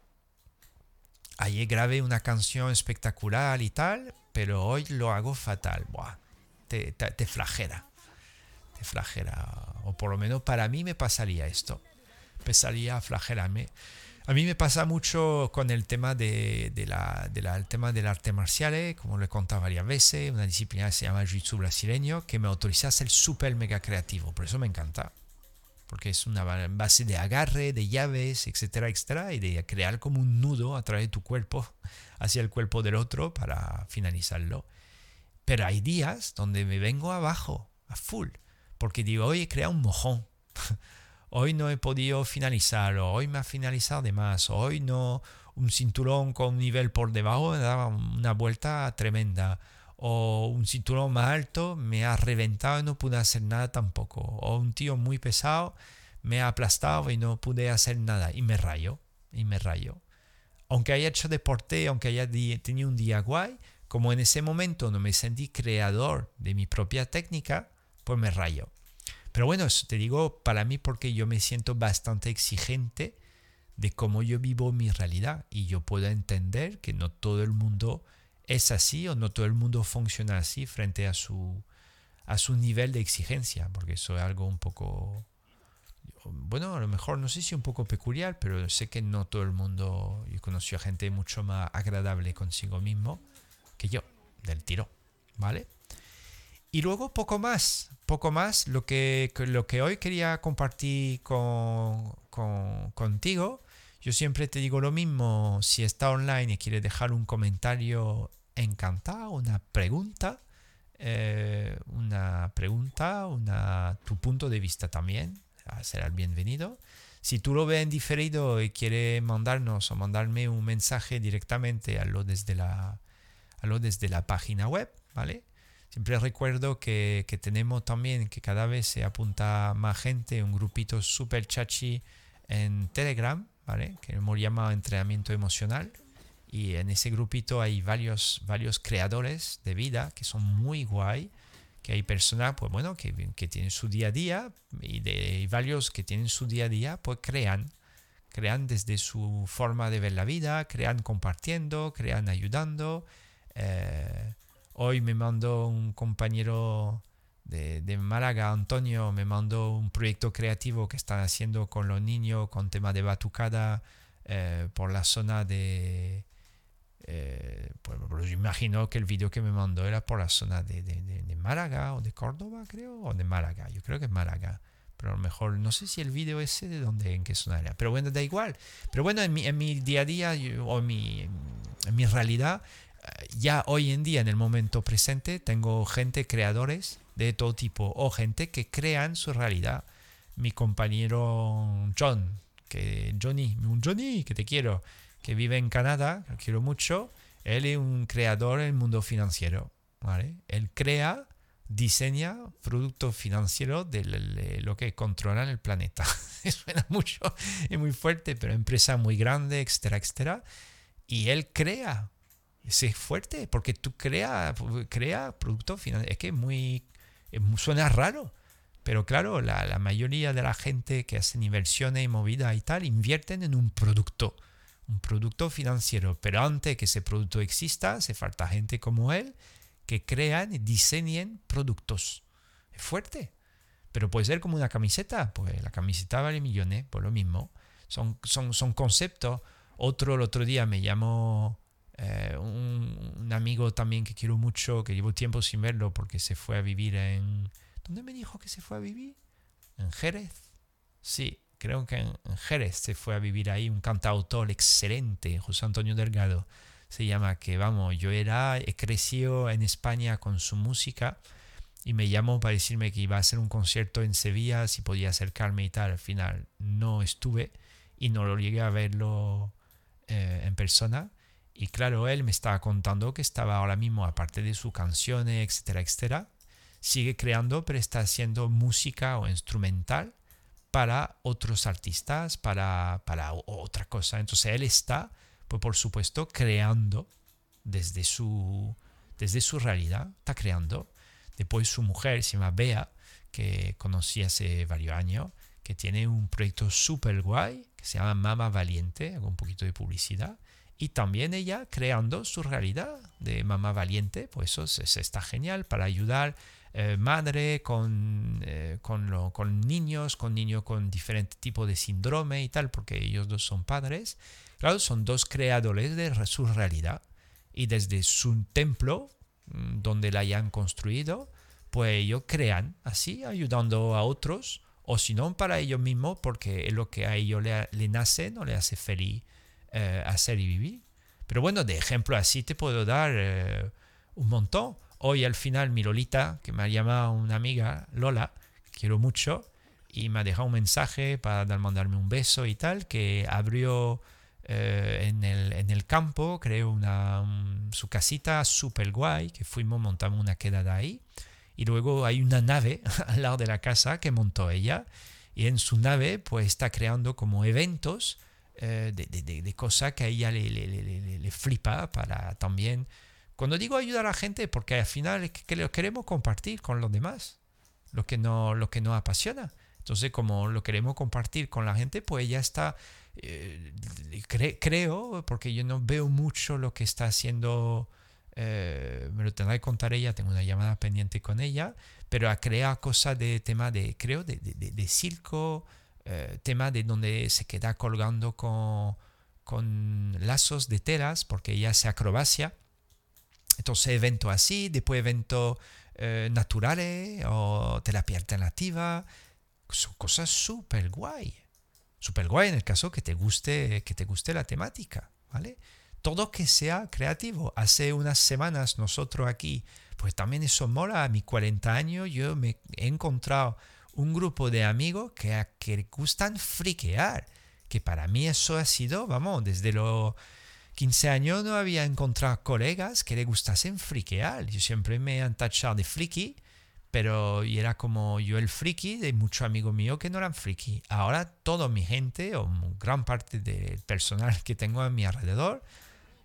Ayer grabé una canción espectacular y tal, pero hoy lo hago fatal. Buah, te, te, te flagela. Te flagela. O por lo menos para mí me pasaría esto. Empezaría a flagelarme. A mí me pasa mucho con el tema de, de la, de la, el tema del arte marcial, como lo he contado varias veces, una disciplina que se llama Jiu-Jitsu brasileño, que me autoriza a ser súper mega creativo. Por eso me encanta. Porque es una base de agarre, de llaves, etcétera, etcétera, y de crear como un nudo a través de tu cuerpo hacia el cuerpo del otro para finalizarlo. Pero hay días donde me vengo abajo, a full, porque digo, hoy he creado un mojón. Hoy no he podido finalizar, o hoy me ha finalizado de más, o hoy no, un cinturón con un nivel por debajo me daba una vuelta tremenda, o un cinturón más alto me ha reventado y no pude hacer nada tampoco, o un tío muy pesado me ha aplastado y no pude hacer nada, y me rayo, y me rayo. Aunque haya hecho deporte, aunque haya tenido un día guay, como en ese momento no me sentí creador de mi propia técnica, pues me rayo. Pero bueno, eso te digo para mí porque yo me siento bastante exigente de cómo yo vivo mi realidad y yo puedo entender que no todo el mundo es así o no todo el mundo funciona así frente a su, a su nivel de exigencia, porque eso es algo un poco, bueno, a lo mejor no sé si un poco peculiar, pero sé que no todo el mundo, yo conocí a gente mucho más agradable consigo mismo que yo, del tiro, ¿vale? Y luego poco más, poco más, lo que, lo que hoy quería compartir con, con, contigo. Yo siempre te digo lo mismo, si está online y quieres dejar un comentario, encantado, una pregunta, eh, una pregunta, una, tu punto de vista también, será bienvenido. Si tú lo ves en diferido y quieres mandarnos o mandarme un mensaje directamente a lo desde la, a lo desde la página web, ¿vale? Siempre recuerdo que, que tenemos también, que cada vez se apunta más gente, un grupito súper chachi en Telegram, ¿vale? Que hemos llamado entrenamiento emocional. Y en ese grupito hay varios, varios creadores de vida que son muy guay, que hay personas, pues bueno, que, que tienen su día a día y de y varios que tienen su día a día, pues crean, crean desde su forma de ver la vida, crean compartiendo, crean ayudando. Eh, hoy me mandó un compañero de, de Málaga, Antonio, me mandó un proyecto creativo que están haciendo con los niños con tema de batucada eh, por la zona de eh, pues, pues yo imagino que el vídeo que me mandó era por la zona de, de, de, de Málaga o de Córdoba, creo, o de Málaga. Yo creo que es Málaga. Pero a lo mejor, no sé si el vídeo ese de dónde, en qué zona era. Pero bueno, da igual. Pero bueno, en mi, en mi día a día yo, o en mi, en mi realidad, ya hoy en día, en el momento presente, tengo gente, creadores de todo tipo, o gente que crean su realidad. Mi compañero John, que Johnny, un Johnny, que te quiero, que vive en Canadá, lo quiero mucho. Él es un creador en el mundo financiero, ¿vale? Él crea, diseña productos financieros de lo que controlan el planeta. Suena mucho, es muy fuerte, pero empresa muy grande, etcétera, etcétera. Y él crea, es fuerte, porque tú crea, crea productos financieros. Es que es muy, es muy, suena raro. Pero claro, la, la mayoría de la gente que hacen inversiones y movidas y tal, invierten en un producto. Un producto financiero, pero antes que ese producto exista, hace falta gente como él que crean y diseñen productos. Es fuerte, pero puede ser como una camiseta, pues la camiseta vale millones, pues lo mismo. Son, son, son conceptos. Otro, el otro día me llamó eh, un, un amigo también que quiero mucho, que llevo tiempo sin verlo porque se fue a vivir en... ¿Dónde me dijo que se fue a vivir? ¿En Jerez? Sí. Creo que en Jerez se fue a vivir ahí un cantautor excelente, José Antonio Delgado, se llama, que vamos, yo era, he crecido en España con su música y me llamó para decirme que iba a hacer un concierto en Sevilla, si podía acercarme y tal. Al final no estuve y no lo llegué a verlo eh, en persona. Y claro, él me estaba contando que estaba ahora mismo, aparte de sus canciones, etcétera, etcétera, sigue creando, pero está haciendo música o instrumental para otros artistas, para, para otra cosa. Entonces él está, pues por supuesto, creando desde su, desde su realidad, está creando. Después su mujer se llama Bea, que conocí hace varios años, que tiene un proyecto súper guay, que se llama Mama Valiente, hago un poquito de publicidad, y también ella creando su realidad de Mama Valiente, pues eso se, se está genial para ayudar Eh, madre con, eh, con, lo, con niños, con niños con diferente tipo de síndrome y tal, porque ellos dos son padres. Claro, son dos creadores de su realidad y desde su templo, donde la hayan construido, pues ellos crean así, ayudando a otros, o si no, para ellos mismos, porque es lo que a ellos le, le nace, no le hace feliz eh, hacer y vivir. Pero bueno, de ejemplo así te puedo dar eh, un montón. Hoy al final mi Lolita, que me ha llamado una amiga, Lola, que quiero mucho, y me ha dejado un mensaje para mandarme un beso y tal, que abrió eh, en, el, en el campo, creo, una, un, su casita súper guay, que fuimos, montamos una quedada ahí, y luego hay una nave al lado de la casa que montó ella, y en su nave pues está creando como eventos eh, de, de, de, de cosas que a ella le, le, le, le, le flipa para también... Cuando digo ayudar a la gente, porque al final es que lo queremos compartir con los demás, lo que no, lo que nos apasiona. Entonces, como lo queremos compartir con la gente, pues ella está, eh, cre, creo, porque yo no veo mucho lo que está haciendo, eh, me lo tendrá que contar ella, tengo una llamada pendiente con ella, pero ha creado cosas de tema de, creo, de, de, de, de circo, eh, tema de donde se queda colgando con, con lazos de telas, porque ella hace acrobacia. Entonces eventos así, después eventos eh, naturales o terapia alternativa, son cosas súper guay, súper guay en el caso que te guste, que te guste la temática, ¿vale? Todo que sea creativo. Hace unas semanas nosotros aquí, pues también eso mola, a mis cuarenta años yo me he encontrado un grupo de amigos que, que gustan friquear, que para mí eso ha sido, vamos, desde los quince años no había encontrado colegas que le gustasen friquear. Yo siempre me han tachado de friki, pero y era como yo el friki de muchos amigos míos que no eran friki. Ahora toda mi gente, o gran parte del personal que tengo a mi alrededor,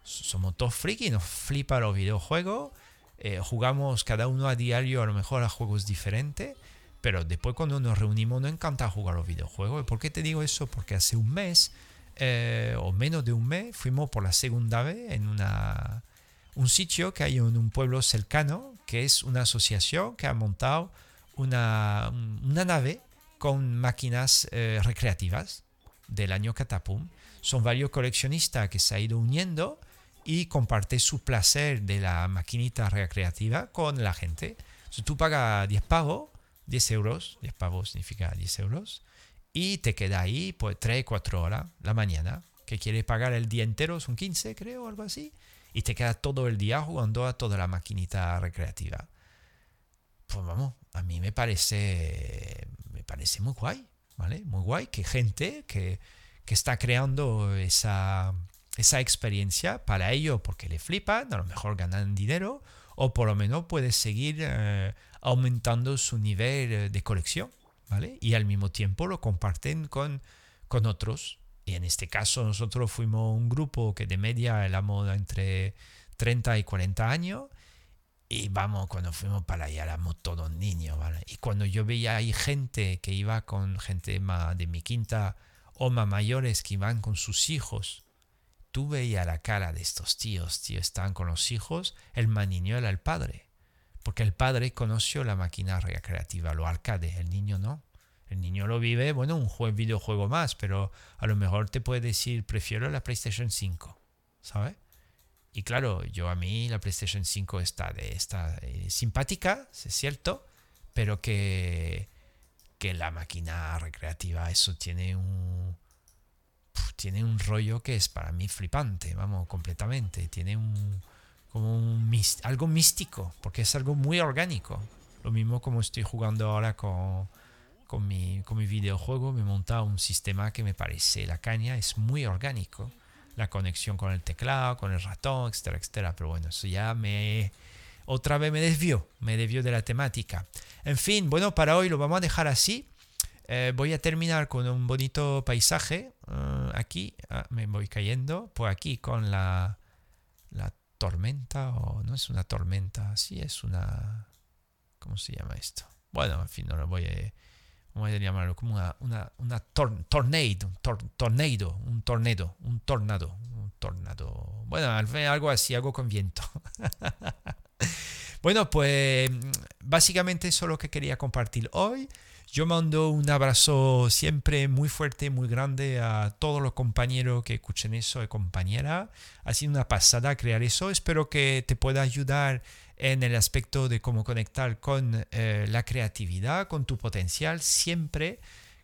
somos todos frikis, nos flipa los videojuegos, eh, jugamos cada uno a diario a lo mejor a juegos diferentes, pero después cuando nos reunimos nos encanta jugar los videojuegos. ¿Por qué te digo eso? Porque hace un mes, eh, o menos de un mes, fuimos por la segunda vez en una, un sitio que hay en un pueblo cercano, que es una asociación que ha montado una, una nave con máquinas eh, recreativas del año Catapum. Son varios coleccionistas que se han ido uniendo y comparten su placer de la maquinita recreativa con la gente. Si tú pagas diez pavos, diez euros, diez pavos significa diez euros, y te queda ahí pues tres, cuatro horas la mañana, que quieres pagar el día entero, son quince creo, algo así, y te queda todo el día jugando a toda la maquinita recreativa. Pues vamos, a mí me parece, me parece muy guay, ¿vale? Muy guay que gente que, que está creando esa, esa experiencia para ellos porque le flipan, a lo mejor ganan dinero, o por lo menos puede seguir eh, aumentando su nivel de colección, ¿vale? Y al mismo tiempo lo comparten con, con otros. Y en este caso nosotros fuimos un grupo que de media éramos entre treinta y cuarenta años. Y vamos, cuando fuimos para allá éramos todos niños, ¿vale? Y cuando yo veía ahí gente que iba con gente más de mi quinta o más mayores que iban con sus hijos, tú veías la cara de estos tíos, tío, estaban con los hijos, el más niño era el padre. Porque el padre conoció la máquina recreativa, lo arcade, el niño no. El niño lo vive, bueno, un juego, videojuego más, pero a lo mejor te puede decir, prefiero la PlayStation cinco, ¿sabes? Y claro, yo a mí la PlayStation cinco está, de, está eh, simpática, es cierto, pero que, que la máquina recreativa, eso tiene un, pf, tiene un rollo que es para mí flipante, vamos, completamente. Tiene un, como un, algo místico, porque es algo muy orgánico. Lo mismo como estoy jugando ahora con, con, mi, con mi videojuego, me he montado un sistema que me parece la caña, es muy orgánico. La conexión con el teclado, con el ratón, etcétera, etcétera. Pero bueno, eso ya me... Otra vez me desvió, me desvió de la temática. En fin, bueno, para hoy lo vamos a dejar así. Eh, voy a terminar con un bonito paisaje. Uh, aquí, ah, me voy cayendo. Por aquí con la, la tormenta, o no es una tormenta, sí es una... ¿Cómo se llama esto? Bueno, en fin, no lo voy a... Voy a llamarlo como una, una, una tor, tornado, tor, tornado, un tornado, un tornado, un tornado. Bueno, algo así, algo con viento. Bueno, pues básicamente eso es lo que quería compartir hoy. Yo mando un abrazo siempre muy fuerte, muy grande a todos los compañeros que escuchen eso y compañeras. Ha sido una pasada crear eso. Espero que te pueda ayudar en el aspecto de cómo conectar con eh, la creatividad, con tu potencial. Siempre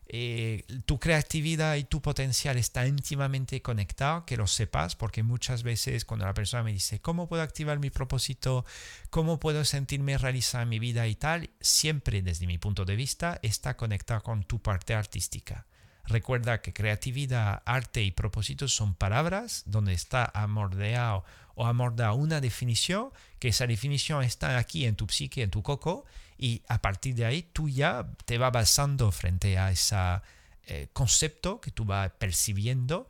eh, tu creatividad y tu potencial están íntimamente conectados, que lo sepas, porque muchas veces cuando la persona me dice ¿cómo puedo activar mi propósito? ¿Cómo puedo sentirme realizada en mi vida y tal? Siempre desde mi punto de vista está conectado con tu parte artística. Recuerda que creatividad, arte y propósito son palabras donde está amordeado o amorda una definición, que esa definición está aquí en tu psique, en tu coco, y a partir de ahí tú ya te vas basando frente a ese eh, concepto que tú vas percibiendo,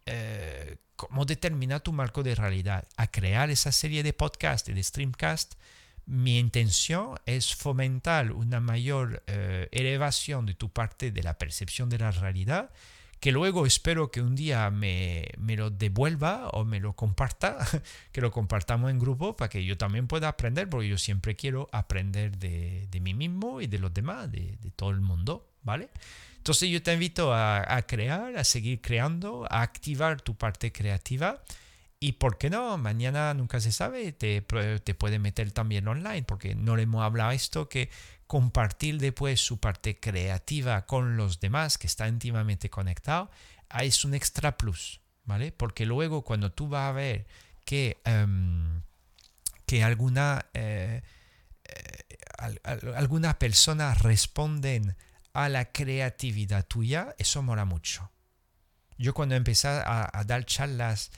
eh, cómo determina tu marco de realidad. A crear esa serie de podcast y de streamcast, mi intención es fomentar una mayor eh, elevación de tu parte de la percepción de la realidad, que luego espero que un día me, me lo devuelva o me lo comparta, que lo compartamos en grupo para que yo también pueda aprender, porque yo siempre quiero aprender de, de mí mismo y de los demás, de, de todo el mundo, ¿vale? Entonces yo te invito a, a crear, a seguir creando, a activar tu parte creativa. Y por qué no, mañana nunca se sabe, te, te puede meter también online, porque no le hemos hablado esto, que compartir después su parte creativa con los demás, que está íntimamente conectado, es un extra plus, ¿vale? Porque luego cuando tú vas a ver que, um, que alguna, eh, eh, al, al, algunas personas responden a la creatividad tuya, eso mola mucho. Yo cuando empecé a, a dar charlas,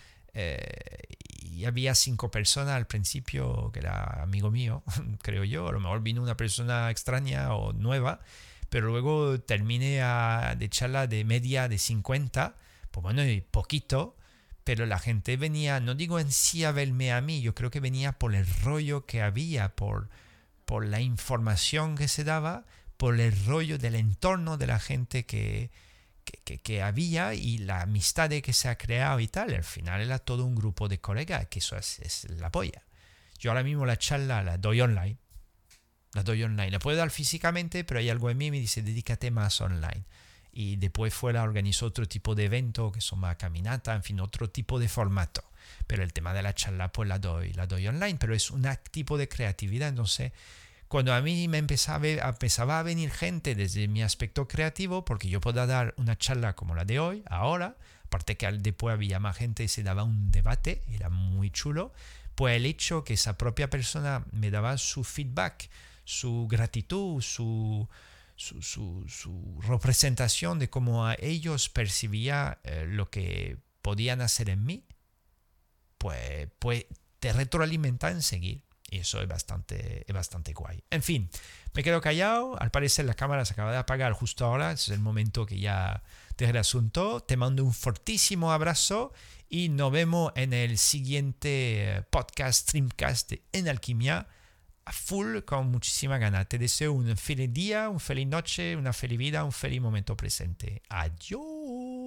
Eh, y había cinco personas al principio que era amigo mío, creo yo. A lo mejor vino una persona extraña o nueva, pero luego terminé a, de charla de media de cincuenta, pues bueno, y poquito, pero la gente venía, no digo en sí a verme a mí, yo creo que venía por el rollo que había, por, por la información que se daba, por el rollo del entorno de la gente que, que, que, que había y la amistad que se ha creado y tal. Al final era todo un grupo de colegas, que eso es, es la polla. Yo ahora mismo la charla la doy online. La doy online. La puedo dar físicamente, pero hay algo en mí que me dice, dedícate más online. Y después fuera organizo otro tipo de evento, que son más caminata, en fin, otro tipo de formato. Pero el tema de la charla, pues la doy, la doy online. Pero es un tipo de creatividad. Entonces, cuando a mí me empezaba, empezaba a venir gente desde mi aspecto creativo, porque yo podía dar una charla como la de hoy, ahora, aparte que después había más gente y se daba un debate, era muy chulo, pues el hecho que esa propia persona me daba su feedback, su gratitud, su, su, su, su representación de cómo a ellos percibía eh, lo que podían hacer en mí, pues, pues te retroalimenta en seguir. Y eso es bastante, es bastante guay. En fin, me quedo callado. Al parecer la cámara se acaba de apagar justo ahora. Es el momento que ya deje el asunto. Te mando un fortísimo abrazo y nos vemos en el siguiente podcast, streamcast de En Alquimia. A full, con muchísima ganas. Te deseo un feliz día, una feliz noche, una feliz vida, un feliz momento presente. Adiós.